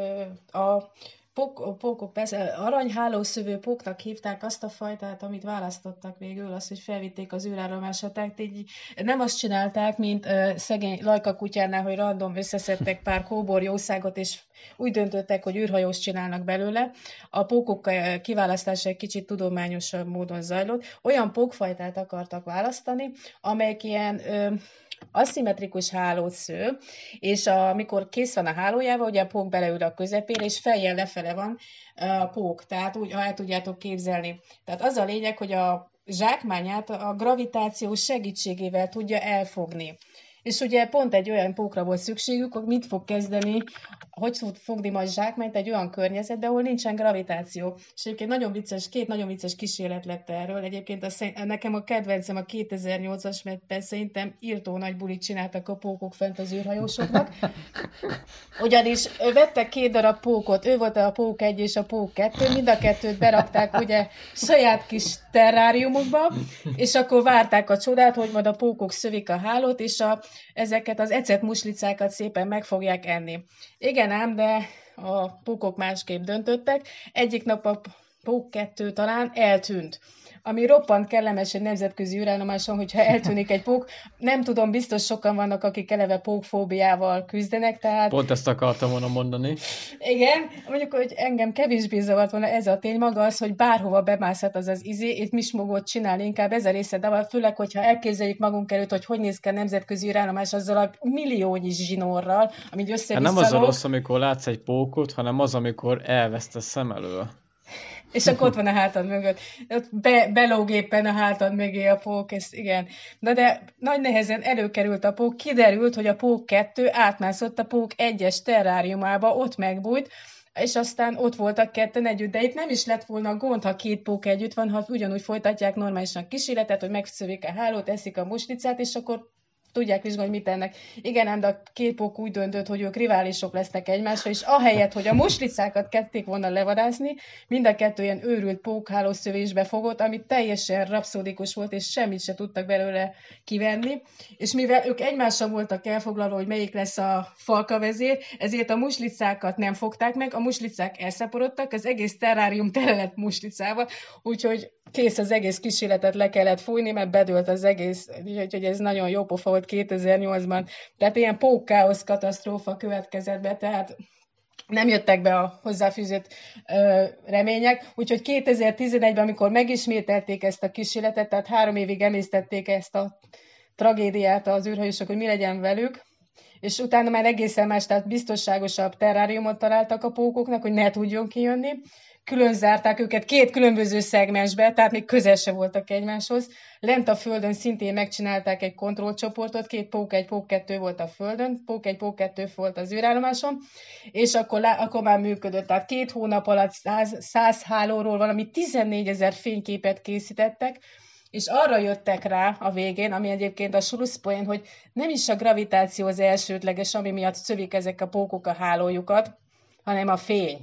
F: ö, a Pók, pókok, persze, aranyhálószövő póknak hívták azt a fajtát, amit választottak végül, azt, hogy felvitték az űrállomásra. Tehát így nem azt csinálták, mint uh, szegény Lajka kutyánál, hogy random összeszedtek pár kóbor jószágot, és úgy döntöttek, hogy űrhajós csinálnak belőle. A pókok uh, kiválasztása egy kicsit tudományosabb módon zajlott. Olyan pókfajtát akartak választani, amelyek ilyen uh, aszimmetrikus hálót sző, és amikor kész van a hálójával, ugye a pók beleül a közepére, és fejjel lefele van a pók, tehát úgy, ha el tudjátok képzelni. Tehát az a lényeg, hogy a zsákmányát a gravitáció segítségével tudja elfogni. És ugye pont egy olyan pókra volt szükségük, hogy mit fog kezdeni, hogy fog fogni majd zsákmányt egy olyan környezetben, ahol nincsen gravitáció. És egyébként nagyon vicces, két nagyon vicces kísérlet lett erről. Egyébként a, nekem a kedvencem a kétezer-nyolcas, mert szerintem írtó nagy bulit csináltak a pókok fent az űrhajósoknak. Ugyanis vettek két darab pókot, ő volt a pók egy és a pók kettő, mind a kettőt berakták ugye saját kis terráriumokba, és akkor várták a csodát, hogy majd a pókok szövik a hálót, és a ezeket az ecet muslicákat szépen meg fogják enni. Igen ám, de a pókok másképp döntöttek. Egyik nap a pók kettő talán eltűnt. Ami roppant kellemes egy nemzetközi űrállomáson, hogyha eltűnik egy pók. Nem tudom, biztos sokan vannak, akik eleve pókfóbiával küzdenek, tehát...
G: Pont ezt akartam volna mondani.
F: Igen, mondjuk, hogy engem kevésbé zavart volna ez a tény, maga az, hogy bárhova bemászhat az az izé, itt mismogót csinálni, inkább ez a része, de főleg, hogyha elképzeljük magunk előtt, hogy hogy néz ki a nemzetközi űrállomás azzal a milliónyi zsinórral, amit össze-vissza
G: Nem az a rossz, amikor látsz egy pókot, hanem az, amikor elvesztesz szem elől.
F: És akkor ott van a hátad mögött. Be, belóg éppen a hátad mögé a pók, ez igen. Na de nagy nehezen előkerült a pók, kiderült, hogy a pók kettő átmászott a pók egyes terráriumába, ott megbújt, és aztán ott voltak ketten együtt, de itt nem is lett volna gond, ha két pók együtt van, ha ugyanúgy folytatják normálisan kísérletet, hogy megszövik a hálót, eszik a muslicát, és akkor tudják vizsgálni, mit tennek. Igen, ám de a két pók úgy döntött, hogy ők riválisok lesznek egymásra, és ahelyett, hogy a muslicákat kették volna levadászni, mind a kettő ilyen őrült pókhálószövésbe fogott, ami teljesen rapszódikus volt, és semmit se tudtak belőle kivenni. És mivel ők egymással voltak elfoglalva, hogy melyik lesz a falkavezér, ezért a muslicákat nem fogták meg, a muslicák elszaporodtak, az egész terrárium tele lett muslicával, úgyhogy kész, az egész kísérletet le kellett fújni, mert bedőlt az egész, úgyhogy ez nagyon jó pofa volt kétezer-nyolcban. Tehát ilyen pókkáosz katasztrófa következett be, tehát nem jöttek be a hozzáfűzött ö, remények, úgyhogy kétezer-tizenegyben, amikor megismételték ezt a kísérletet, tehát három évig emésztették ezt a tragédiát az űrhajósok, hogy mi legyen velük, és utána már egészen más, tehát biztonságosabb terráriumot találtak a pókoknak, hogy ne tudjon kijönni. Külön zárták őket két különböző szegmensbe, tehát még közel se voltak egymáshoz. Lent a földön szintén megcsinálták egy kontrollcsoportot, két pók egy, pók kettő volt a földön, pók egy, pók kettő volt az űrállomáson, és akkor, lá, akkor már működött. Tehát két hónap alatt száz, száz hálóról valami tizennégyezer fényképet készítettek, és arra jöttek rá a végén, ami egyébként a slusszpoén, hogy nem is a gravitáció az elsődleges, ami miatt szövik ezek a pókok a hálójukat, hanem a fény.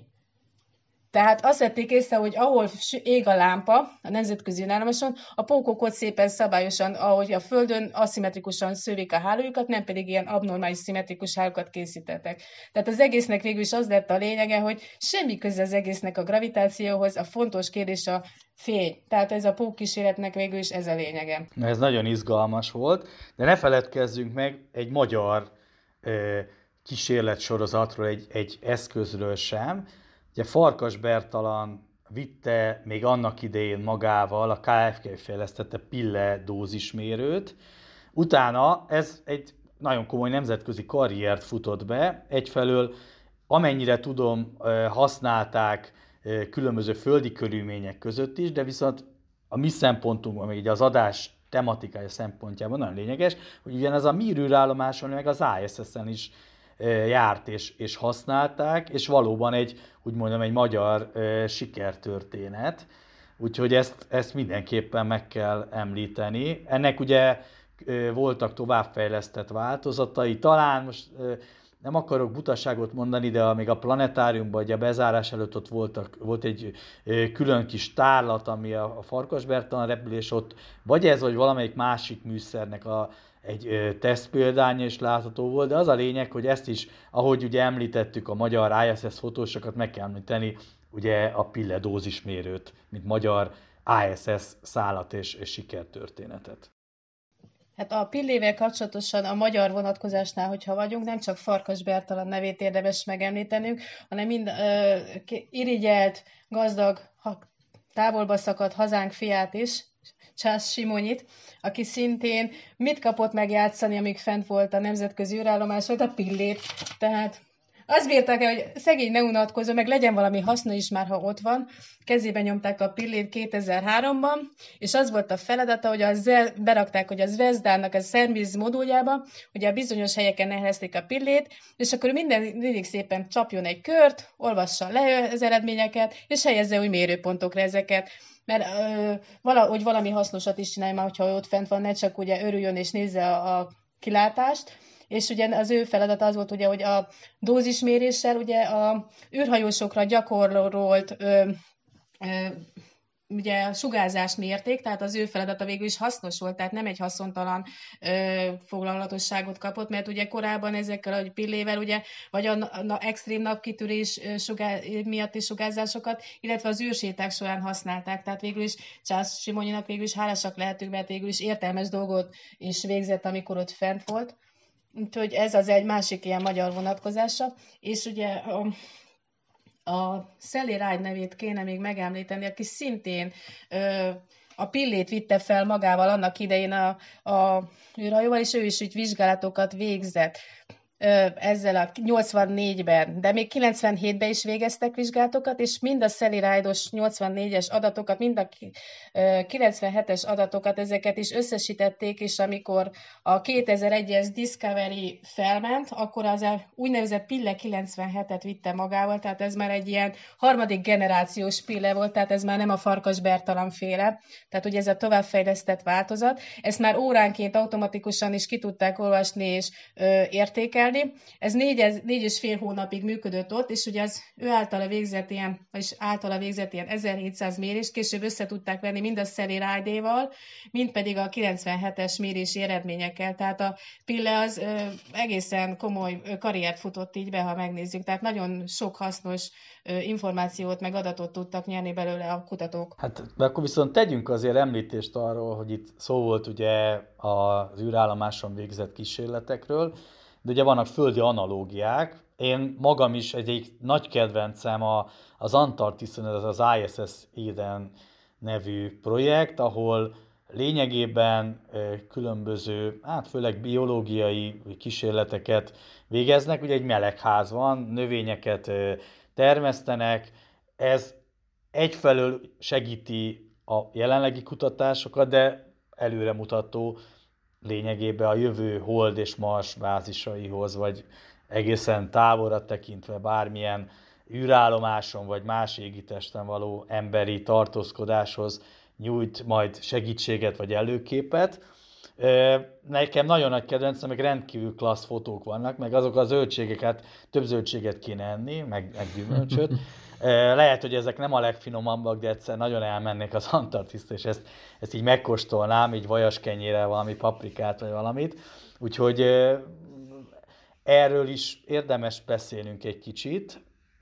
F: Tehát azt vették észre, hogy ahol ég a lámpa, a nemzetközi űrállomáson, a pókok ott szépen szabályosan, ahogy a Földön aszimmetrikusan szövik a hálójukat, nem pedig ilyen abnormális szimmetrikus hálókat készítettek. Tehát az egésznek végül is az lett a lényege, hogy semmi köze az egésznek a gravitációhoz, a fontos kérdés a fény. Tehát ez a pókkísérletnek végül is ez a lényege.
E: Ez nagyon izgalmas volt, de ne feledkezzünk meg egy magyar ö, kísérletsorozatról, egy, egy eszközről sem. Ugye Farkas Bertalan vitte még annak idején magával, a ká ef ká fejlesztette Pille dózismérőt. Utána ez egy nagyon komoly nemzetközi karriert futott be. Egyfelől, amennyire tudom, használták különböző földi körülmények között is, de viszont a mi szempontunkban, még az adás tematikája szempontjában nagyon lényeges, hogy ugyanez a mi űrállomáson, meg az i es es-en is járt és, és használták, és valóban egy, úgy mondom, egy magyar e, sikertörténet. Úgyhogy ezt, ezt mindenképpen meg kell említeni. Ennek ugye e, voltak továbbfejlesztett változatai. Talán most e, nem akarok butaságot mondani, de még a planetáriumban, ugye a bezárás előtt ott voltak, volt egy e, külön kis tárlat, ami a, a Farkas Bertalan repülés ott, vagy ez, vagy valamelyik másik műszernek a egy tesztpéldánya is látható volt, de az a lényeg, hogy ezt is, ahogy ugye említettük a magyar i es es fotósokat, meg kell említeni ugye a Pille dózismérőt, mint magyar i es es szállat és, és sikertörténetet.
F: Hát a Pillével kapcsolatosan a magyar vonatkozásnál, hogyha vagyunk, nem csak Farkas Bertalan nevét érdemes megemlítenünk, hanem mind uh, irigyelt, gazdag, ha távolba szakadt hazánk fiát is, Csász Simonyit, aki szintén mit kapott megjátszani, amíg fent volt a nemzetközi űrállomás, volt a pillét. Tehát azt bírták el, hogy szegény ne unatkozó, meg legyen valami haszna is már, ha ott van. Kezébe nyomták a pillét kétezer-háromban, és az volt a feladata, hogy az, berakták, hogy a Zvezdának a szerviz moduljába, ugye a bizonyos helyeken elhelyezték a pillét, és akkor minden mindig szépen csapjon egy kört, olvassa le az eredményeket, és helyezze új mérőpontokra ezeket. Mert ö, valahogy valami hasznosat is csinálj már, hogyha ott fent van, ne csak ugye örüljön és nézze a, a kilátást. És ugye az ő feladata az volt, ugye, hogy a dózisméréssel ugye a űrhajósokra gyakorolt ö, ö, ugye a sugárzást mérték, tehát az ő feladata végül is hasznos volt, tehát nem egy haszontalan ö, foglalatosságot kapott, mert ugye korábban ezekkel a pillével, ugye, vagy a, a extrém napkitűrés sugár, miatti sugárzásokat, illetve az űrséták során használták, tehát végül is Csász Simonyinak végül is hálásak lehetünk, mert végül is értelmes dolgot is végzett, amikor ott fent volt. Úgyhogy ez az egy másik ilyen magyar vonatkozása, és ugye a, a Sally Ride nevét kéne még megemlíteni, aki szintén ö, a pillét vitte fel magával annak idején a, a űrhajóval, és ő is úgy vizsgálatokat végzett ezzel a nyolcvannégyben, de még kilencvenhétben is végeztek vizsgálatokat, és mind a Sally Ride-os nyolcvannégyes adatokat, mind a kilencvenhetes adatokat, ezeket is összesítették, és amikor a kétezer-egyes Discovery felment, akkor az a úgynevezett Pille kilencvenhetet vitte magával, tehát ez már egy ilyen harmadik generációs pille volt, tehát ez már nem a Farkas Bertalan féle, tehát ugye ez a továbbfejlesztett változat, ezt már óránként automatikusan is ki tudták olvasni és ö, értékelni. Ez négy, négy és fél hónapig működött ott, és ugye az ő általa végzett ilyen, vagyis általa végzett ilyen ezerhétszáz mérést, később össze tudták venni mind a Sally Ride-éval, mind pedig a kilencvenhetes mérési eredményekkel. Tehát a pille az ö, egészen komoly ö, karriert futott így be, ha megnézzük. Tehát nagyon sok hasznos ö, információt, meg adatot tudtak nyerni belőle a kutatók.
E: Hát akkor viszont tegyünk azért említést arról, hogy itt szó volt ugye az űrállomáson végzett kísérletekről, de ugye vannak földi analógiák. Én magam is egyik nagy kedvencem a, az Antarktiszon, ez az I S S Eden nevű projekt, ahol lényegében különböző, hát főleg biológiai kísérleteket végeznek. Ugye egy melegház van, növényeket termesztenek, ez egyfelől segíti a jelenlegi kutatásokat, de előremutató lényegében a jövő Hold és Mars bázisaihoz, vagy egészen távolra tekintve bármilyen űrállomáson, vagy más égitesten való emberi tartózkodáshoz nyújt majd segítséget, vagy előképet. Nekem nagyon nagy kedvencem, meg rendkívül klassz fotók vannak, meg azok a zöldségeket, több zöldséget kéne enni, meg, meg gyümölcsöt. Lehet, hogy ezek nem a legfinomabbak, de egyszer nagyon elmennék az Antarktisztra, és ezt, ezt így megkóstolnám, így vajaskenyérrel valami paprikát, vagy valamit. Úgyhogy erről is érdemes beszélnünk egy kicsit.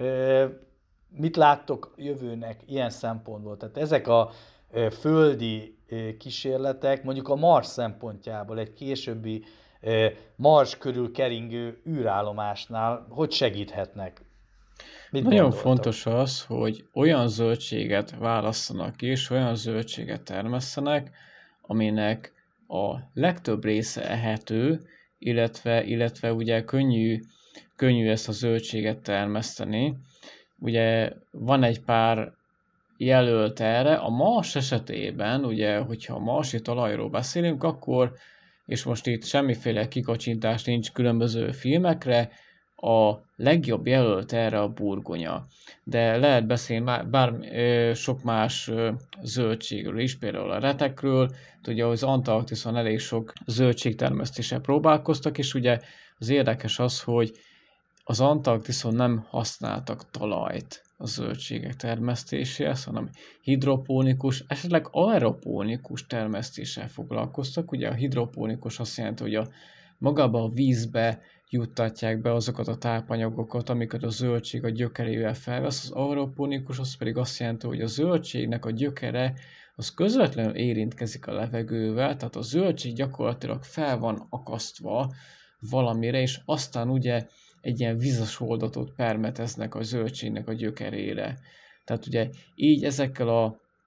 E: Mit láttok jövőnek ilyen szempontból? Tehát ezek a földi kísérletek, mondjuk a Mars szempontjából egy későbbi Mars körül keringő űrállomásnál hogy segíthetnek? Mit
G: Nagyon
E: gondoltok?
G: fontos az, hogy olyan zöldséget válasszanak és olyan zöldséget termesszenek, aminek a legtöbb része ehető, illetve, illetve ugye könnyű, könnyű ezt a zöldséget termeszteni. Ugye van egy pár jelölt erre. A Mars esetében, ugye, hogyha a marsi talajról beszélünk, akkor, és most itt semmiféle kikacsintás nincs különböző filmekre, a legjobb jelölt erre a burgonya. De lehet beszélni bár sok más zöldségről is, például a retekről. Ugye az Antarktiszon elég sok zöldségtermesztéssel próbálkoztak, és ugye az érdekes az, hogy az Antarktiszon nem használtak talajt a zöldségek termesztéséhez, hanem hidropónikus, esetleg aeropónikus termesztéssel foglalkoztak. Ugye a hidropónikus azt jelenti, hogy a magába a vízbe juttatják be azokat a tápanyagokat, amiket a zöldség a gyökerével felvesz. Az aeroponikus az pedig azt jelenti, hogy a zöldségnek a gyökere az közvetlenül érintkezik a levegővel, tehát a zöldség gyakorlatilag fel van akasztva valamire, és aztán ugye egy ilyen vizes oldatot permeteznek a zöldségnek a gyökerére. Tehát ugye így ezekkel a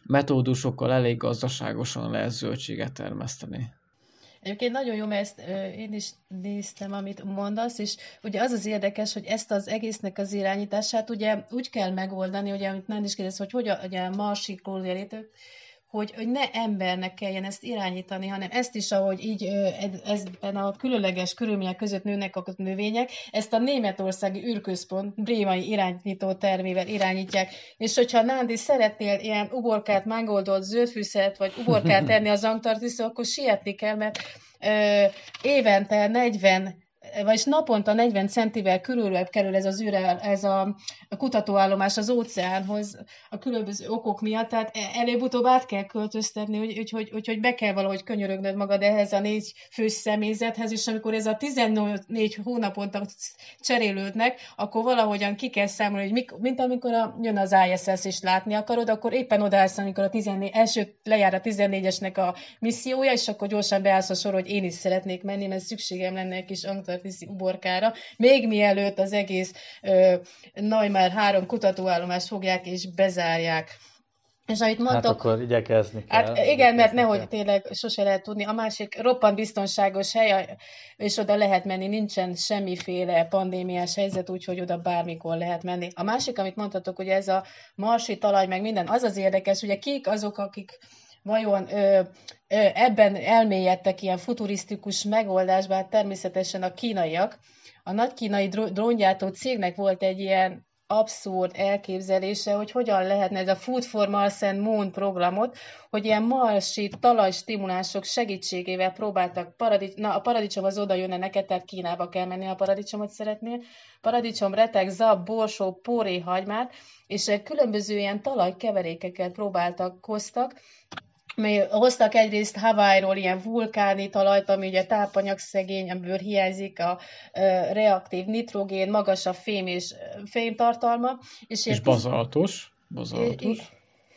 G: metódusokkal elég gazdaságosan lehet zöldséget termeszteni.
F: Egyébként nagyon jó, mert ezt ö, én is néztem, amit mondasz, és ugye az az érdekes, hogy ezt az egésznek az irányítását ugye úgy kell megoldani, ugye, amit Nándi is kérdez, hogy hogy a, ugye a marsikról jelítők, hogy, hogy ne embernek kelljen ezt irányítani, hanem ezt is, ahogy így ö, ed- ezben a különleges körülmények között nőnek a növények, ezt a németországi űrközpont brémai irányító termével irányítják. És hogyha Nándi szeretnél ilyen uborkát, mangoldolt zöldfűszert, vagy uborkát tenni az Antarktiszon, akkor sietni kell, mert ö, évente negyven vagyis naponta negyven centivel körülbelül kerül ez az űre, ez a, a kutatóállomás az óceánhoz a különböző okok miatt, tehát előbb-utóbb át kell költöztetni, úgyhogy úgy, úgy, úgy, hogy be kell valahogy könyörögnöd magad ehhez a négy fős személyzethez, és amikor ez a tizennégy hónaponta cserélődnek, akkor valahogyan ki kell számolni, hogy mik, mint amikor a, jön az I S S és látni akarod, akkor éppen odaállsz, amikor a tizennégy, első lejár a tizennégyesnek a missziója, és akkor gyorsan beállsz a sor, hogy én is szeretnék menni, mert szükségem lenne egy kis antarktiszi uborkára, még mielőtt az egész uh, Neumayer három kutatóállomást fogják és bezárják. És amit mondtok,
E: hát akkor igyekezni kell.
F: Hát igen, mert nehogy kell. Tényleg sose lehet tudni. A másik roppant biztonságos hely, és oda lehet menni, nincsen semmiféle pandémiás helyzet, úgyhogy oda bármikor lehet menni. A másik, amit mondhatok, hogy ez a marsi talaj, meg minden, az az érdekes, ugye kik azok, akik vajon ö, ö, ebben elmélyedtek ilyen futurisztikus megoldásban, hát természetesen a kínaiak. A nagy kínai dróngyártó cégnek volt egy ilyen abszurd elképzelése, hogy hogyan lehetne ez a Food for Mars and Moon programot, hogy ilyen marsi talajstimulánsok segítségével próbáltak, paradics- na a paradicsom az oda jönne neked, tehát Kínába kell menni, a paradicsomot szeretnél, paradicsom, retek, zab, borsó, póré, hagymát, és különböző ilyen talajkeverékeket próbáltak, hoztak, mely hoztak egyrészt Hawaii-ról ilyen vulkáni talajt, ami ugye tápanyagszegény, amiből hiányzik a uh, reaktív nitrogén, magas a fém és fémtartalma. És,
G: és bazaltos. bazaltos.
F: És,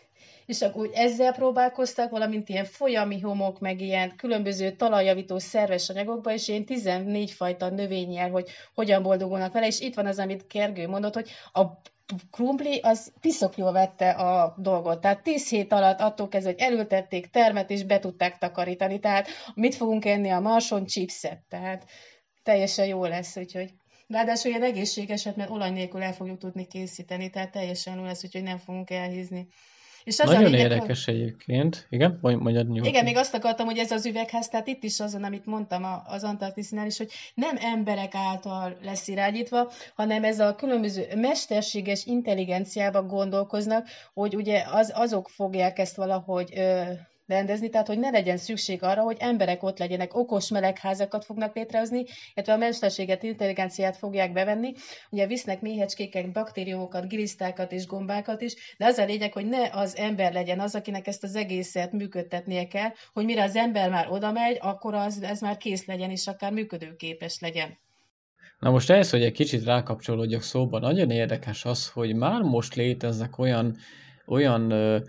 F: és akkor ezzel próbálkoztak, valamint ilyen folyami homok, meg ilyen különböző talajjavító szerves anyagokba, és ilyen tizennégy fajta növényjel, hogy hogyan boldogulnak vele, és itt van az, amit Gergő mondott, hogy a krumpli az piszok jól vette a dolgot. Tehát tíz hét alatt attól kezdve, hogy elültették termet, és be tudták takarítani. Tehát mit fogunk enni a Marson? Chipset. Tehát teljesen jó lesz, úgyhogy ráadásul ilyen egészségeset, mert olaj nélkül el fogjuk tudni készíteni, tehát teljesen jó lesz, úgyhogy nem fogunk elhízni. És az
G: nagyon
F: a lényeg,
G: érdekes hogy... egyébként. Igen? Mondjad nyugodtan.
F: Igen, még azt akartam, hogy ez az üvegház, tehát itt is azon, amit mondtam az Antarktisznál is, hogy nem emberek által lesz irányítva, hanem ez a különböző mesterséges intelligenciában gondolkoznak, hogy ugye az, azok fogják ezt valahogy ö, rendezni, tehát hogy ne legyen szükség arra, hogy emberek ott legyenek, okos melegházakat fognak létrehozni, illetve a mesterséget, intelligenciát fogják bevenni. Ugye visznek méhecskéket, baktériumokat, gilisztákat és gombákat is, de az a lényeg, hogy ne az ember legyen az, akinek ezt az egészet működtetnie kell, hogy mire az ember már oda megy, akkor az, ez már kész legyen, és akár működőképes legyen.
G: Na most ehhez, hogy egy kicsit rákapcsolódjak szóba, nagyon érdekes az, hogy már most léteznek olyan, olyan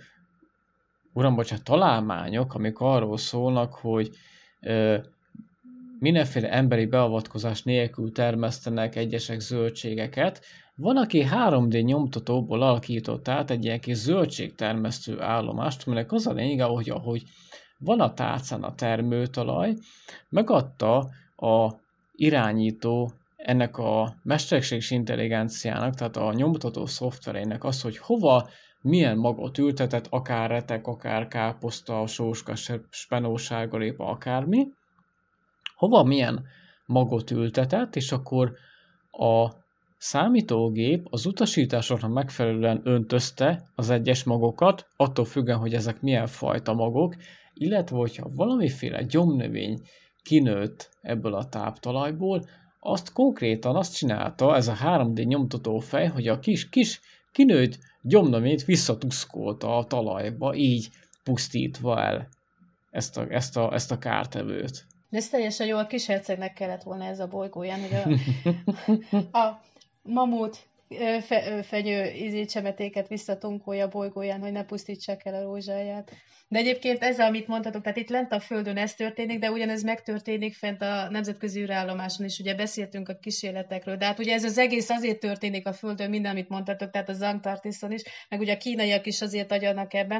G: uram, bocsánat, találmányok, amik arról szólnak, hogy ö, mindenféle emberi beavatkozás nélkül termesztenek egyesek zöldségeket. Van, aki három dé nyomtatóból alakított át egy ilyen kis zöldségtermesztő állomást, aminek az a lényege, hogy ahogy van a tárcán a termőtalaj, megadta a irányító ennek a mesterséges intelligenciának, tehát a nyomtató szoftverének az, hogy hova milyen magot ültetett, akár retek, akár káposzta, sóska, spenósárgarépa, akármi, hova milyen magot ültetett, és akkor a számítógép az utasításoknak megfelelően öntözte az egyes magokat, attól függően, hogy ezek milyen fajta magok, illetve hogyha valamiféle gyomnövény kinőtt ebből a táptalajból, azt konkrétan azt csinálta ez a három dé nyomtató fej, hogy a kis, kis kinőtt gyomnövényt visszatuszkolta a talajba, így pusztítva el ezt a, ezt a, ezt a kártevőt.
F: De ez teljesen jó, a kishercegnek kellett volna ez a bolygóján, hogy a, a mamut fe, fenyő ízécsemetéket visszatunkolja a bolygóján, hogy ne pusztítsák el a rózsáját. De egyébként ez, amit mondhatok, tehát itt lent a Földön ez történik, de ugyanez megtörténik fent a nemzetközi űrállomáson is, ugye beszéltünk a kísérletekről, de hát ugye ez az egész azért történik a Földön, minden, amit mondhatok, tehát az Antarktiszon is, meg ugye a kínaiak is azért agyanak ebben,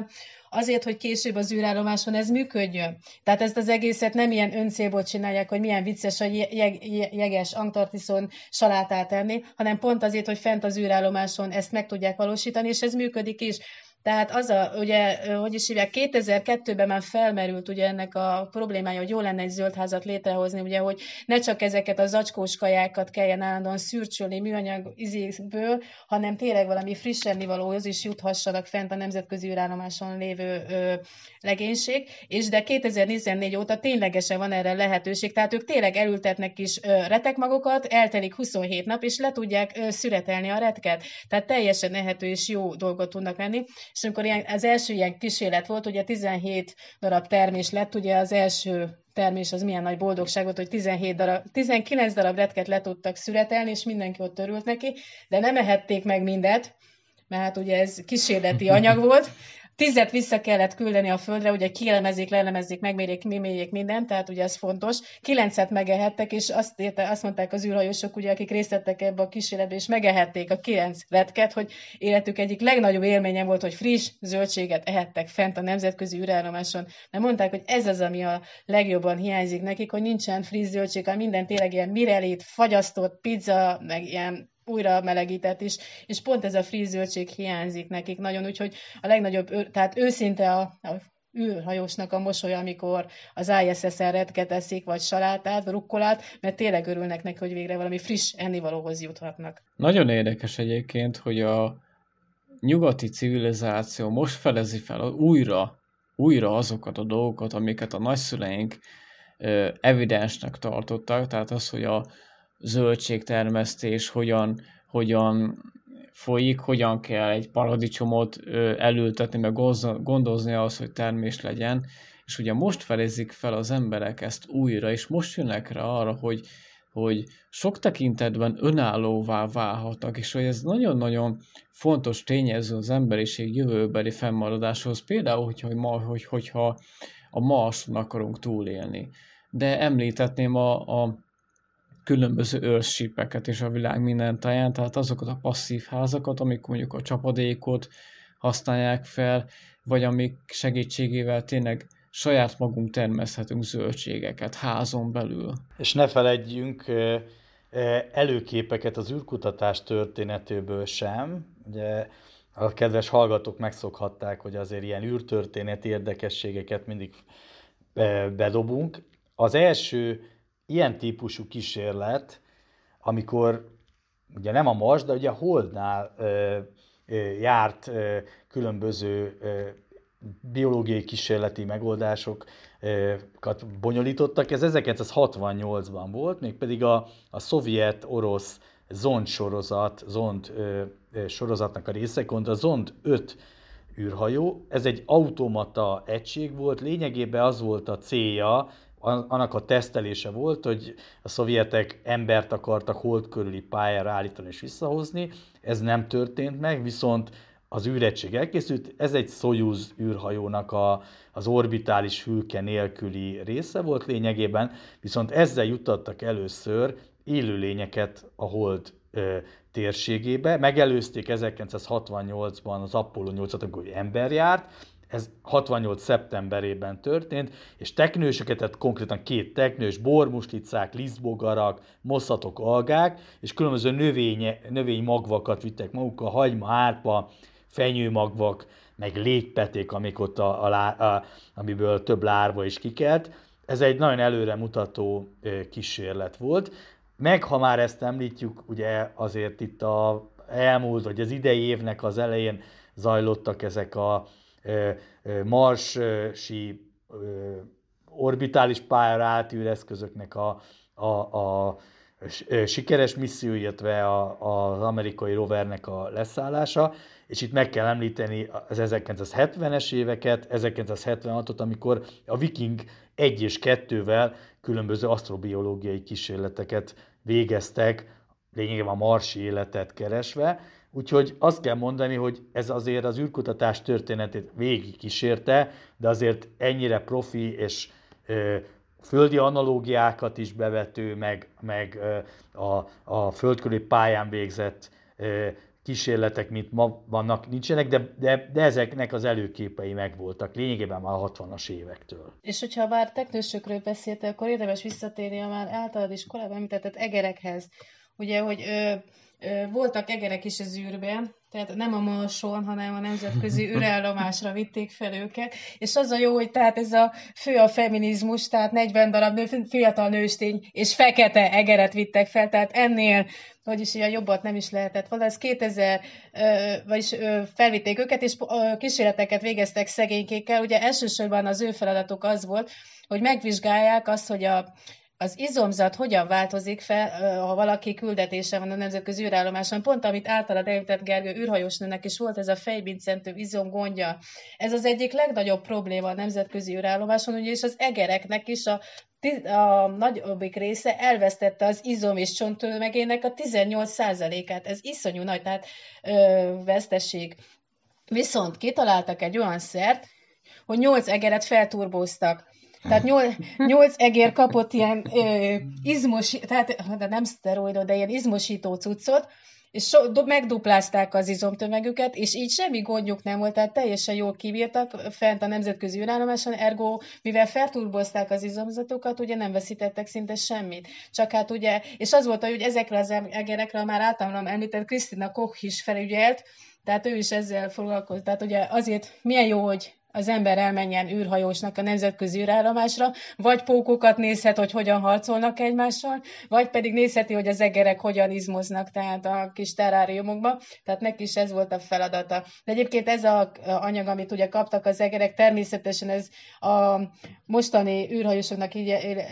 F: azért, hogy később az űrállomáson ez működjön. Tehát ezt az egészet nem ilyen öncélból csinálják, hogy milyen vicces a jeg- jeg- jeges Antarktiszon salátát enni, hanem pont azért, hogy fent az űrállomáson ezt meg tudják valósítani, és ez működik is. Tehát az a, ugye, hogy is hívják, kétezer-kettőben már felmerült ugye ennek a problémája, hogy jó lenne egy zöld házat létrehozni, ugye, hogy ne csak ezeket a zacskós kajákat kelljen állandóan szürcsölni műanyag izékből, hanem tényleg valami friss ennivalóhoz is juthassanak fent a nemzetközi űrállomáson lévő ö, legénység, és de kétezer-tizennégy óta ténylegesen van erre lehetőség, tehát ők tényleg elültetnek is ö, retekmagokat, eltelik huszonhét nap, és le tudják ö, szüretelni a retket. Tehát teljesen ehető és jó dolgot tudnak venni. És amikor ilyen, az első ilyen kísérlet volt, ugye tizenhét darab termés lett, ugye az első termés az milyen nagy boldogság volt, hogy tizenhét darab, tizenkilenc darab retket le tudtak szüretelni, és mindenki ott örült neki, de nem ehették meg mindet, mert hát ugye ez kísérleti anyag volt, tízet vissza kellett küldeni a földre, ugye kielemezzék, leelemezzék, megmérjék, mérjék mindent, tehát ugye ez fontos. Kilencet megehettek, és azt, érte, azt mondták az űrhajósok, ugye, akik részt vettek ebbe a kísérletbe, és megehették a kilenc retket, hogy életük egyik legnagyobb élménye volt, hogy friss zöldséget ehettek fent a nemzetközi űrállomáson. Mert mondták, hogy ez az, ami a legjobban hiányzik nekik, hogy nincsen friss zöldség, hanem minden tényleg ilyen mirelit, fagyasztott pizza, meg ilyen újra melegített is, és pont ez a friss zöldség hiányzik nekik nagyon, úgyhogy a legnagyobb, tehát őszinte a, a űrhajósnak a mosolya, amikor az I S S-en retket eszik, vagy salátát, vagy rukkolát, mert tényleg örülnek neki, hogy végre valami friss ennivalóhoz juthatnak.
G: Nagyon érdekes egyébként, hogy a nyugati civilizáció most fedezi fel újra, újra azokat a dolgokat, amiket a nagyszüleink ö, evidensnek tartottak, tehát az, hogy a zöldségtermesztés hogyan, hogyan folyik, hogyan kell egy paradicsomot ö, elültetni, meg gondozni ahhoz, hogy termés legyen, és ugye most fedezik fel az emberek ezt újra, és most jönnek rá arra, hogy, hogy sok tekintetben önállóvá válhatnak, és hogy ez nagyon-nagyon fontos tényező az emberiség jövőbeli fennmaradáshoz, például, hogyha, hogy, hogyha a Marson akarunk túlélni. De említetném a, a különböző Earthshipeket is a világ minden táján, tehát azokat a passzív házakat, amik mondjuk a csapadékot használják fel, vagy amik segítségével tényleg saját magunk termeszthetünk zöldségeket házon belül.
E: És ne feledjünk előképeket az űrkutatás történetéből sem. Ugye a kedves hallgatók megszokhatták, hogy azért ilyen űrtörténeti érdekességeket mindig bedobunk. Az első ilyen típusú kísérlet, amikor ugye nem a Mars, de ugye a Holdnál ö, ö, járt ö, különböző ö, biológiai kísérleti megoldásokat bonyolítottak. Ez ezerkilencszázhatvannyolcban volt, mégpedig a, a szovjet-orosz Zond sorozat, Zond ö, ö, sorozatnak a része, a Zond öt űrhajó. Ez egy automata egység volt, lényegében az volt a célja, annak a tesztelése volt, hogy a szovjetek embert akartak hold körüli pályára állítani és visszahozni. Ez nem történt meg, viszont az űregység elkészült. Ez egy Szojuz űrhajónak a, az orbitális fülke nélküli része volt lényegében, viszont ezzel juttattak először élőlényeket a hold ö, térségébe. Megelőzték ezerkilencszázhatvannyolcban az Apollo nyolcat, amikor ember járt. Ez hatvannyolc szeptemberében történt, és teknősöket, tehát konkrétan két teknős, bormuslicák, lisztbogarak, mosszatok, algák, és különböző növény, növénymagvakat vittek magukkal, hagyma, árpa, fenyőmagvak, meg légpeték, amik ott a, a, a, amiből több lárva is kikelt. Ez egy nagyon előremutató kísérlet volt. Meg, ha már ezt említjük, ugye azért itt a elmúlt, vagy az idei évnek az elején zajlottak ezek a marsi orbitális pályára átűr eszközöknek a, a, a sikeres misszió, illetve a, az amerikai rovernek a leszállása, és itt meg kell említeni az ezerkilencszázhetvenes éveket, ezerkilencszázhetvenhatot, amikor a Viking egy és kettővel különböző asztrobiológiai kísérleteket végeztek, lényegében a marsi életet keresve. Úgyhogy azt kell mondani, hogy ez azért az űrkutatás történetét végig kísérte, de azért ennyire profi és ö, földi analógiákat is bevető, meg, meg ö, a, a földkörüli pályán végzett ö, kísérletek, mint ma vannak, nincsenek, de, de, de ezeknek az előképei megvoltak lényegében már a hatvanas évektől.
F: És hogyha már teknősökről beszéltél, akkor érdemes visszatérni a már általad is korábban említett egerekhez. Ugye, hogy ö, ö, voltak egerek is az űrben, tehát nem a Marson, hanem a nemzetközi űrállomásra vitték fel őket, és az a jó, hogy tehát ez a fő a feminizmus, tehát negyven darab nő, fiatal nőstény és fekete egeret vittek fel, tehát ennél, vagyis ilyen jobbat nem is lehetett volna. Ez kétezer, vagyis felvitték őket, és kísérleteket végeztek szegénykékkel. Ugye elsősorban az ő feladatuk az volt, hogy megvizsgálják azt, hogy a az izomzat hogyan változik fel, ha valaki küldetése van a nemzetközi űrállomáson. Pont amit általad említett Gergő, űrhajósnőnek is volt ez a fejbincentő izomgondja. Ez az egyik legnagyobb probléma a nemzetközi űrállomáson, ugye, és az egereknek is a, a nagyobbik része elvesztette az izom és csonttömegének a tizennyolc százalékát. Ez iszonyú nagy, tehát ö, veszteség. Viszont kitaláltak egy olyan szert, hogy nyolc egeret felturbóztak. Tehát nyolc egér kapott ilyen ö, izmos, tehát de nem szteroidot, de ilyen izmosító cuccot, és so, do, megduplázták az izomtömegüket, és így semmi gondjuk nem volt, tehát teljesen jól kibírtak fent a nemzetközi űrállomáson, ergo, mivel felturbozták az izomzatokat, ugye nem veszítettek szinte semmit. Csak hát ugye, és az volt, hogy ezekre az egerekre már általam említett Krisztina Koch is felügyelt, tehát ő is ezzel foglalkozott. Tehát ugye azért milyen jó, hogy az ember elmenjen űrhajósnak a nemzetközi űrállomásra, vagy pókokat nézhet, hogy hogyan harcolnak egymással, vagy pedig nézheti, hogy az egerek hogyan izmoznak, tehát a kis terráriumokban. Tehát neki is ez volt a feladata. De egyébként ez az anyag, amit ugye kaptak az egerek, természetesen ez a mostani űrhajósoknak így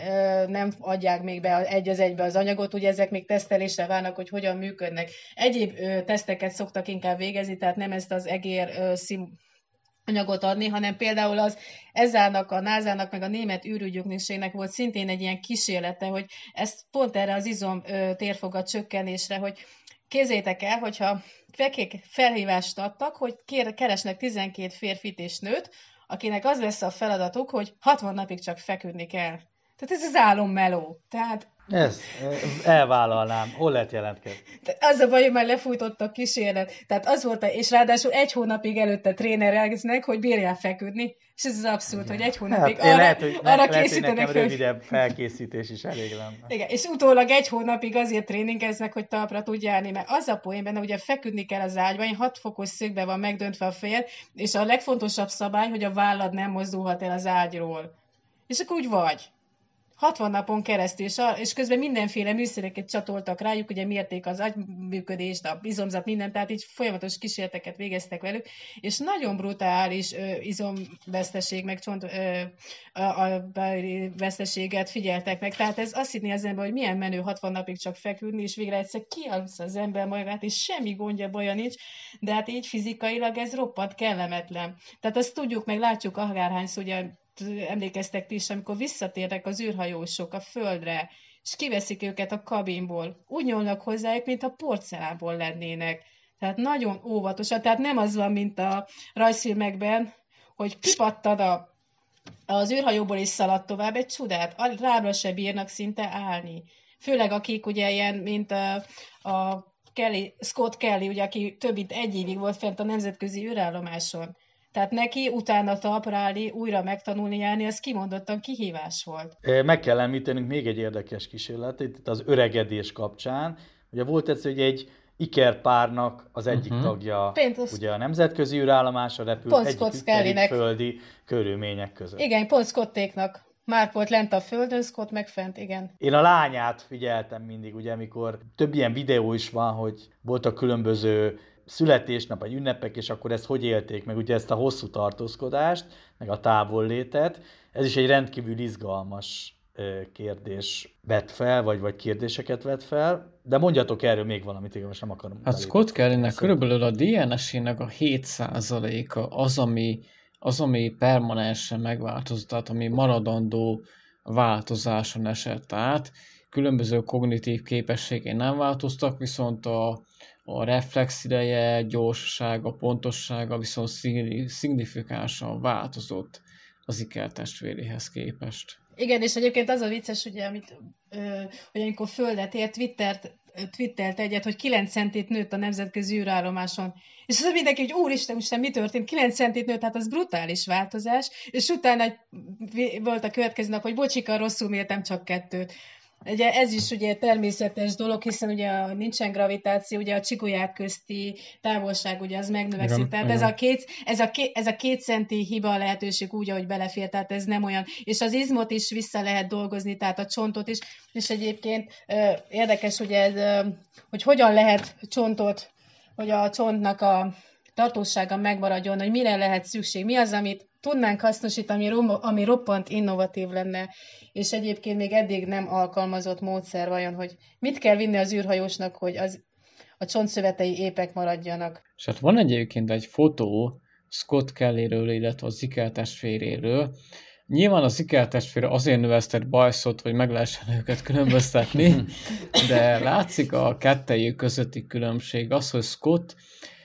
F: nem adják még be egy az egybe az anyagot, ugye ezek még tesztelésre várnak, hogy hogyan működnek. Egyéb teszteket szoktak inkább végezni, tehát nem ezt az egér szim anyagot adni, hanem például az ezának, a nászának, meg a német űrügynökségnek volt szintén egy ilyen kísérlete, hogy ezt pont erre az izom térfogat csökkenésre, hogy képzeljétek el, hogyha felhívást adtak, hogy keresnek tizenkét férfit és nőt, akinek az lesz a feladatuk, hogy hatvan napig csak feküdni kell. Tehát ez az álommeló. Tehát
E: ezt elvállalnám. Hol lehet jelentkezni?
F: Az a baj, hogy már lefújtott a kísérlet. Tehát az volt, a, és ráadásul egy hónapig előtte trénereznek, hogy bírjál feküdni. És ez az abszurd, hogy egy hónapig
E: hát,
F: arra,
E: lehet, hogy,
F: arra
E: lehet, hogy nekem rövidebb felkészítés is elég lenne.
F: Igen, és utólag egy hónapig azért tréningeznek, hogy talpra tudj állni, mert az a poén benne, ugye feküdni kell az ágyban, hat fokos szögbe van megdöntve a fejed, és a legfontosabb szabály, hogy a vállad nem mozdulhat el az ágyról. És akkor úgy vagy. hatvan napon keresztül, és, a, és közben mindenféle műszereket csatoltak rájuk, ugye mérték az agyműködést, a izomzat, mindent, tehát így folyamatos kísérleteket végeztek velük, és nagyon brutális ö, izomveszteség, meg csont ö, a, a, a veszteséget figyeltek meg. Tehát ez azt hinni az ember, hogy milyen menő hatvan napig csak feküdni, és végre egyszer kialsz az ember magát, és semmi gondja, baja nincs, de hát így fizikailag ez roppant kellemetlen. Tehát azt tudjuk, meg látjuk akárhányszor, ugye emlékeztek ti is, amikor visszatérnek az űrhajósok a földre, és kiveszik őket a kabinból. Úgy nyúlnak hozzájuk, mint a porcelánból lennének. Tehát nagyon óvatosan, tehát nem az van, mint a rajzfilmekben, hogy kipattad a, az űrhajóból is szaladt tovább, egy csodát, rábra se bírnak szinte állni. Főleg akik ugye ilyen, mint a, a Kelly, Scott Kelly, ugye, aki több mint egy évig volt fent a nemzetközi űrállomáson. Tehát neki utána talpra állni, újra megtanulni járni, az kimondottan kihívás volt.
E: Meg kell említenünk még egy érdekes kísérletet, itt az öregedés kapcsán. Ugye volt egyszer, hogy egy ikerpárnak az egyik uh-huh. tagja Péntos. ugye a nemzetközi űrállomásra repült, pont egyik pedig földi körülmények között.
F: Igen, pont Scottéknak. Mark volt lent a földön, Scott meg fent, igen.
E: Én a lányát figyeltem mindig, ugye, amikor több ilyen videó is van, hogy voltak különböző születésnap, vagy ünnepek, és akkor ezt hogy élték meg, ugye ezt a hosszú tartózkodást, meg a távollétet. Ez is egy rendkívül izgalmas kérdés vett fel, vagy, vagy kérdéseket vett fel, de mondjatok erről még valamit, igen, most nem akarom.
G: Hát Scott Kellynek körülbelül a dé en es-ének a hét százaléka az, ami, az, ami permanensen megváltozott, tehát ami maradandó változáson esett át. Különböző kognitív képességei nem változtak, viszont a A reflex ideje, gyorsasága, pontossága viszont szignifikánsan változott. az ikertestvéréhez képest.
F: Igen, és egyébként az a vicces, ugye, amit, ö, hogy amikor földet ért, Twittert, twittert egyet, hogy kilenc centit nőtt a nemzetközi űrállomáson. És az mindenki, hogy úristen, úristen, mi történt? kilenc centit nőtt, hát az brutális változás. És utána egy, volt a következő nap, hogy bocsika, rosszul mértem, csak kettőt. Ugye ez is ugye természetes dolog, hiszen ugye nincsen gravitáció, ugye a csigolyák közti távolság ugye az megnövekszik. Igen, tehát igen. Ez, a két, ez, a két, ez a két centi hiba lehetőség úgy, ahogy belefér, tehát ez nem olyan. És az izmot is vissza lehet dolgozni, tehát a csontot is. És egyébként érdekes, ugye ez, hogy hogyan lehet csontot, hogy a csontnak a tartósága megmaradjon, hogy mire lehet szükség, mi az, amit tudnánk hasznosítani, ami, ami roppant innovatív lenne, és egyébként még eddig nem alkalmazott módszer vajon, hogy mit kell vinni az űrhajósnak, hogy az, a csontszövetei épek maradjanak.
G: És hát van egyébként egy fotó Scott Kellyről, illetve az ikertestvéréről. Nyilván az ikertestvére azért növesztett bajszot, hogy meg lehessen őket különböztetni, de látszik a kettejük közötti különbség az, hogy Scott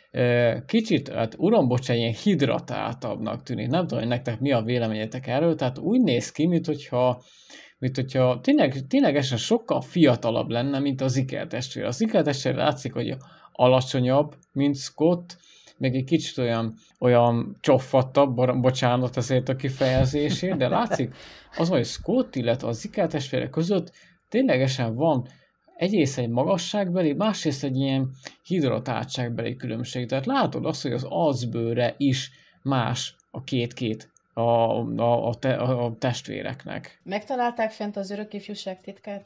G: kicsit, hát uram, bocsánat, ilyen hidratáltabbnak tűnik. Nem tudom, hogy nektek mi a véleményetek erről, tehát úgy néz ki, mint hogyha, mint hogyha tényleg, ténylegesen sokkal fiatalabb lenne, mint az ikertestvér. Az ikertestvér látszik, hogy alacsonyabb, mint Scott, meg egy kicsit olyan, olyan csoffattabb, bocsánat ezért a kifejezésért, de látszik az, hogy Scott, illetve az ikertestvérek között ténylegesen van egyrészt egy magasságbeli, másrészt egy ilyen hidratáltságbeli különbség. Tehát látod azt, hogy az arcbőre is más a két-két a, a, a, te, a testvéreknek.
F: Megtalálták fent az örök ifjúság titkát?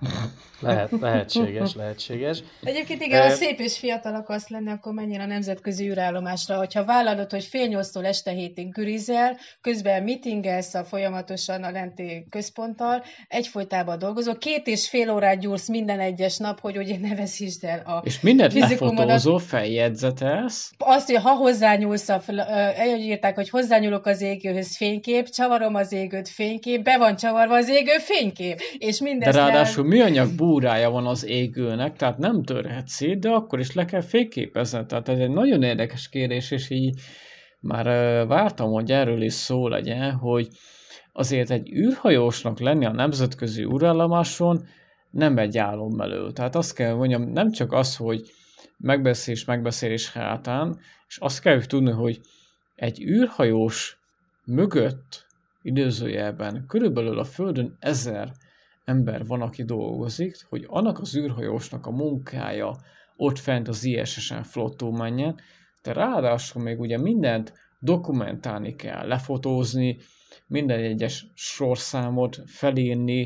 E: Lehet, lehetséges, lehetséges.
F: Egyébként igen, ha szép és fiatal akarsz lenni, akkor menjél a nemzetközi űrállomásra. Hogyha vállalod, hogy fél nyolctól este hétig gürizel, közben meetingelsz a folyamatosan a lenti központtal, egyfolytában dolgozol, két és fél órát gyúrsz minden egyes nap, hogy ugye ne veszítsd el a
G: és mindent lefotózol, feljegyzetelsz.
F: Azt, hogy ha hozzányúlsz, elírták, hogy hozzányúlok az égőhöz, fénykép, csavarom az égőt, fénykép, be van csavarva az égő, fénykép. És mindezt
G: de ráadásul műanyag búrája van az égőnek, tehát nem törhet szét, de akkor is le kell fényképezni. Tehát ez egy nagyon érdekes kérdés, és így már vártam, hogy erről is szó legyen, hogy azért egy űrhajósnak lenni a nemzetközi űrállomáson nem egy álommelő. Tehát azt kell mondjam, nem csak az, hogy megbeszélés, megbeszélés hátán, és azt kell tudni, hogy egy űrhajós mögött, idézőjelben, körülbelül a Földön ezer ember van, aki dolgozik, hogy annak az űrhajósnak a munkája ott fent az I S S-en flottó menjen, de ráadásul még ugye mindent dokumentálni kell, lefotózni, minden egyes sorszámot felírni,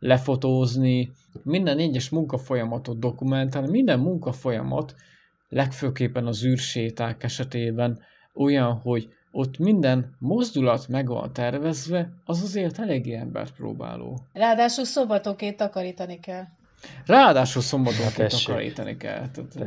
G: lefotózni, minden egyes munkafolyamatot dokumentálni, minden munkafolyamat, legfőképpen az űrséták esetében olyan, hogy ott minden mozdulat meg van tervezve, az azért eléggé embert próbáló.
F: Ráadásul szombatonként takarítani kell.
G: Ráadásul szombatonként takarítani kell.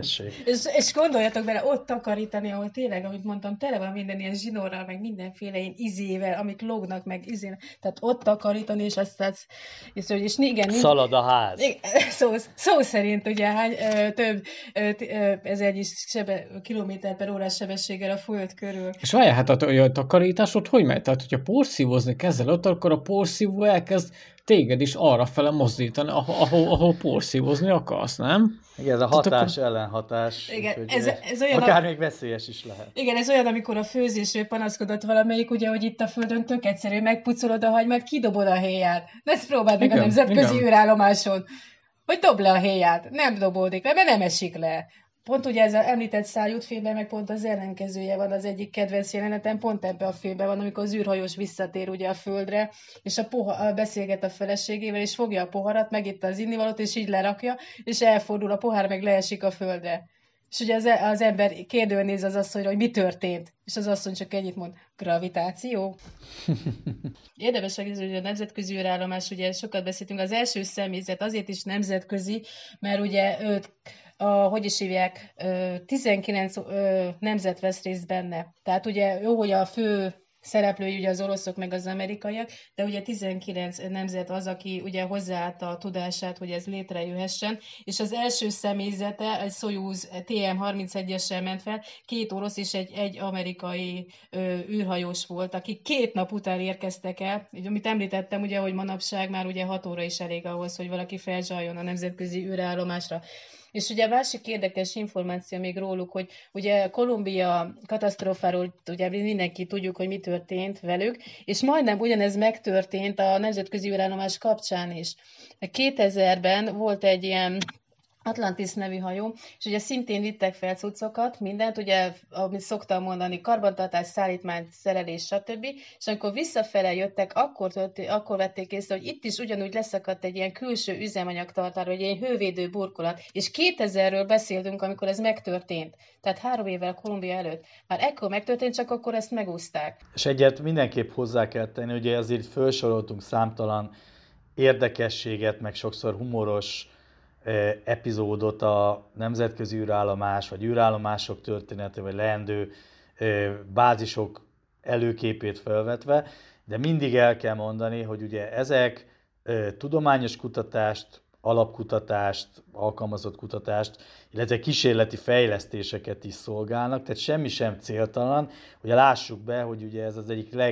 F: És, és gondoljatok bele, ott takarítani, ahol tényleg, amit mondtam, tele van minden ilyen zsinórral, meg mindenféle ilyen izével, amik lógnak, meg izének. Tehát ott takarítani, és aztán... És, és igen,
E: szalad a ház.
F: Szó, szó szerint ugye hány, ö, több ö, ö, ezer sebe, kilométer per órás sebességgel a föld körül.
G: És várjál, hát a, a takarítás ott hogy megy? Tehát, hogyha porszívózni kezdel ott, akkor a porszívó elkezd téged is arra fele mozdítani, ahol, ahol porszívozni akarsz, nem?
E: Igen, ez a hatás akkor... ellenhatás.
F: Igen,
E: úgy,
F: ez, ez olyan
E: akár
F: a...
E: még veszélyes is lehet.
F: Igen, ez olyan, amikor a főzésről panaszkodott valamelyik, ugye, hogy itt a földön tök egyszerű, megpucolod a hagymát, kidobod a héját. De ezt próbáld meg igen, a nemzetközi igen. űrállomáson, hogy dob le a héját. Nem dobódik le, mert nem esik le. Pont ugye ez az említett szájútfilmben meg pont az ellenkezője van, az egyik kedvenc jelenetem, pont ebben a filmben van, amikor az űrhajós visszatér ugye a földre, és a poha, beszélget a feleségével, és fogja a poharat, megitta az innivalót, és így lerakja, és elfordul a pohár, meg leesik a földre. És ugye az, az ember kérdően néz az asszonyra, hogy mi történt, és az asszony csak ennyit mond, gravitáció. Érdemes megnézni, hogy a nemzetközi űrállomás, ugye sokat beszéltünk, az első személyzet azért is nemzetközi, mert ugye őt A, hogy is hívják, tizenkilenc nemzet vesz részt benne. Tehát ugye jó, hogy a fő szereplői ugye az oroszok meg az amerikaiak, de ugye tizenkilenc nemzet az, aki ugye hozzáadta a tudását, hogy ez létrejöhessen, és az első személyzete egy Soyuz té em harmincegyessel ment fel, két orosz és egy, egy amerikai ö, űrhajós volt, akik két nap után érkeztek el, ugye, amit említettem, ugye, hogy manapság már ugye hat óra is elég ahhoz, hogy valaki felzsaljon a nemzetközi űrállomásra. És ugye a másik érdekes információ még róluk, hogy ugye Kolumbia katasztrófáról ugye mindenki tudjuk, hogy mi történt velük, és majdnem ugyanez megtörtént a nemzetközi űrállomás kapcsán is. kétezerben volt egy ilyen Atlantis nevű hajó, és ugye szintén vittek fel cuccokat, mindent, ugye, amit szoktam mondani, karbantartás, szállítmány, szerelés, stb. És amikor visszafele jöttek, akkor, történt, akkor vették észre, hogy itt is ugyanúgy leszakadt egy ilyen külső üzemanyagtartáró, egy ilyen hővédő burkolat, és kétezerről beszéltünk, amikor ez megtörtént. Tehát három évvel Kolumbia előtt. Már ekkor megtörtént, csak akkor ezt megúszták.
E: És egyet mindenképp hozzá kell tenni, ugye azért felsoroltunk számtalan érdekességet, meg sokszor humoros epizódot a nemzetközi űrállomás, vagy űrállomások története, vagy leendő bázisok előképét felvetve, de mindig el kell mondani, hogy ugye ezek tudományos kutatást, alapkutatást, alkalmazott kutatást, illetve kísérleti fejlesztéseket is szolgálnak, tehát semmi sem céltalan. Ugye lássuk be, hogy ugye ez az egyik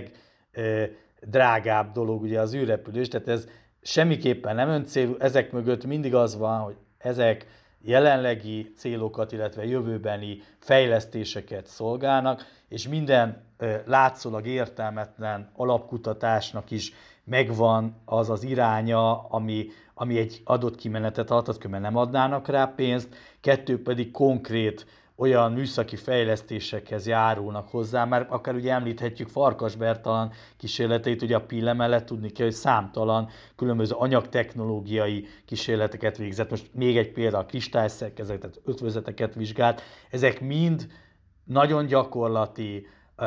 E: legdrágább dolog, ugye az űrrepülés, tehát ez semmiképpen nem öncélú, ezek mögött mindig az van, hogy ezek jelenlegi célokat, illetve jövőbeni fejlesztéseket szolgálnak, és minden látszólag értelmetlen alapkutatásnak is megvan az az iránya, ami, ami egy adott kimenetet alatt, különben nem adnának rá pénzt, kettő pedig konkrét olyan műszaki fejlesztésekhez járulnak hozzá, mert akár ugye említhetjük Farkas Bertalan kísérleteit, ugye a Pille mellett tudni kell, hogy számtalan különböző anyagtechnológiai kísérleteket végzett. Most még egy példa, a kristályszerkezetet, ötvözeteket vizsgált. Ezek mind nagyon gyakorlati,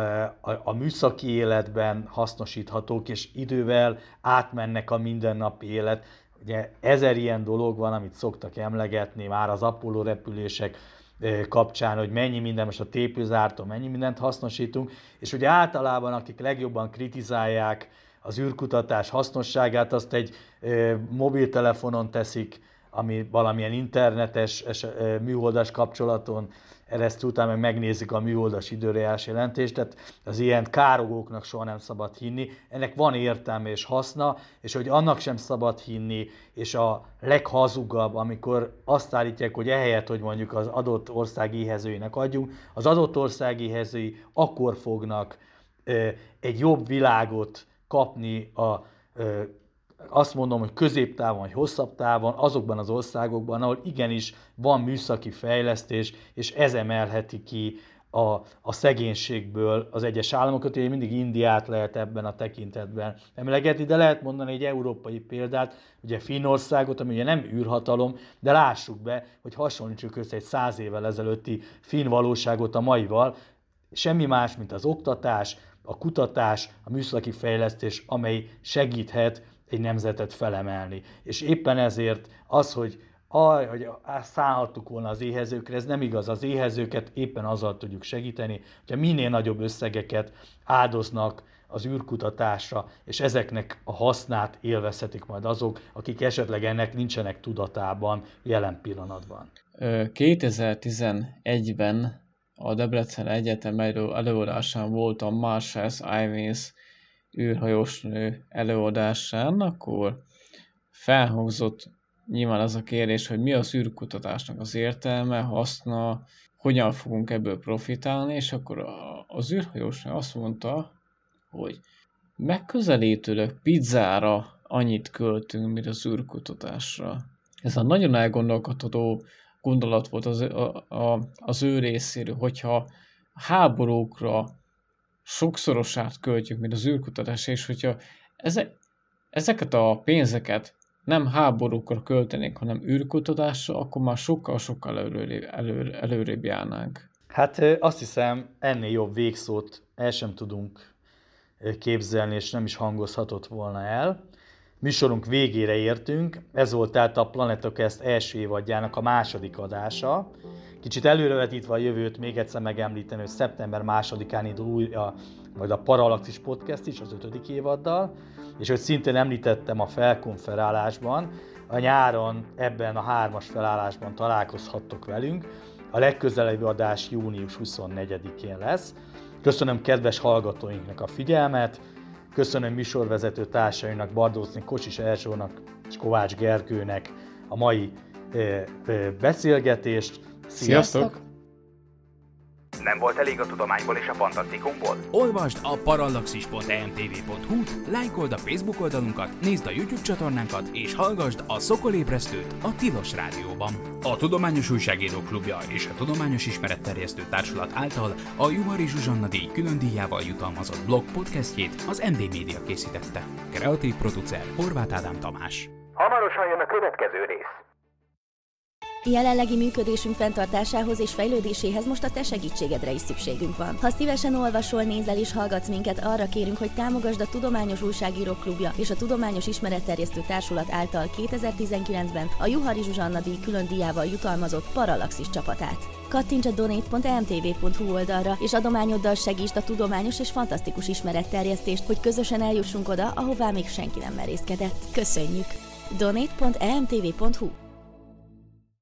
E: a műszaki életben hasznosíthatók, és idővel átmennek a mindennapi élet. Ugye ezer ilyen dolog van, amit szoktak emlegetni már az Apollo repülések kapcsán, hogy mennyi minden, most a tépőzártól mennyi mindent hasznosítunk, és ugye általában akik legjobban kritizálják az űrkutatás hasznosságát, azt egy mobiltelefonon teszik, ami valamilyen internetes műholdas kapcsolaton eresztül, utána meg megnézik a műholdas időrejárás jelentést, tehát az ilyen károgóknak soha nem szabad hinni. Ennek van értelme és haszna, és hogy annak sem szabad hinni, és a leghazugabb, amikor azt állítják, hogy ehelyett, hogy mondjuk az adott ország éhezőinek adjunk, az adott ország éhezői akkor fognak egy jobb világot kapni a azt mondom, hogy középtávon vagy hosszabb távon, azokban az országokban, ahol igenis van műszaki fejlesztés, és ez emelheti ki a, a szegénységből az egyes államokat. Ugye mindig Indiát lehet ebben a tekintetben emlegetni, de lehet mondani egy európai példát, ugye Finnországot, ami ugye nem űrhatalom, de lássuk be, hogy hasonlítsuk össze egy száz évvel ezelőtti finn valóságot a maival, semmi más, mint az oktatás, a kutatás, a műszaki fejlesztés, amely segíthet egy nemzetet felemelni. És éppen ezért az, hogy, aj, hogy szállhattuk volna az éhezőkre, ez nem igaz. Az éhezőket éppen azzal tudjuk segíteni, hogyha minél nagyobb összegeket áldoznak az űrkutatásra, és ezeknek a hasznát élvezhetik majd azok, akik esetleg ennek nincsenek tudatában jelen pillanatban.
G: kétezer-tizenegyben a Debrecen Egyetem előadásán volt a Marshall Ivins űrhajós nő előadásán, akkor felhangzott nyilván az a kérdés, hogy mi az űrkutatásnak az értelme, haszna, hogyan fogunk ebből profitálni, és akkor az űrhajós nő azt mondta, hogy megközelítőleg pizzára annyit költünk, mint az űrkutatásra. Ez a nagyon elgondolkodható gondolat volt az, a, a, az ő részéről, hogyha háborúkra sokszorosát költjük, mint az űrkutatás, és hogyha ezek, ezeket a pénzeket nem háborúkra költenénk, hanem űrkutatásra, akkor már sokkal-sokkal előrébb, előrébb, előrébb járnánk.
E: Hát azt hiszem, ennél jobb végszót el sem tudunk képzelni, és nem is hangozhatott volna el. Műsorunk végére értünk, ez volt tehát a PlanetoCast első évadjának a második adása. Kicsit előrevetítve a jövőt, még egyszer megemlíteni, hogy szeptember másodikán indul új a majd a Parallaxis Podcast is az ötödik évaddal, és hogy szintén említettem a felkonferálásban, a nyáron ebben a hármas felállásban találkozhattok velünk, a legközelebbi adás június huszonnegyedikén lesz. Köszönöm kedves hallgatóinknak a figyelmet, köszönöm műsorvezető társainak, Bardócni Kocsis Erzsónak és Kovács Gergőnek a mai ö, ö, beszélgetést.
G: Sziasztok!
B: Nem volt elég a tudományból és a fantasztikumból?
A: Olvasd a parallaxis pont e m t v pont h u-t, lájkold a Facebook oldalunkat, nézd a YouTube csatornánkat és hallgasd a Szokolébresztőt a Tilos Rádióban. A Tudományos Újságírók Klubja és a Tudományos Ismeretterjesztő Társulat által a Juhari Zsuzsanna díj külön díjával jutalmazott blog podcastjét az em dé Media készítette. Kreatív producer Horváth Ádám Tamás.
B: Hamarosan jön a következő rész.
C: Jelenlegi működésünk fenntartásához és fejlődéséhez most a te segítségedre is szükségünk van. Ha szívesen olvasol, nézel és hallgatsz minket, arra kérünk, hogy támogasd a Tudományos Újságírók Klubja és a Tudományos Ismeretterjesztő Társulat által kétezer-tizenkilencben a Juhari Zsuzsanna díj külön díjával jutalmazott Parallaxis csapatát. Kattints a donate pont e m t v pont h u oldalra, és adományoddal segítsd a tudományos és fantasztikus ismeretterjesztést, hogy közösen eljussunk oda, ahová még senki nem merészkedett. Köszönjük! donate pont e m t v pont h u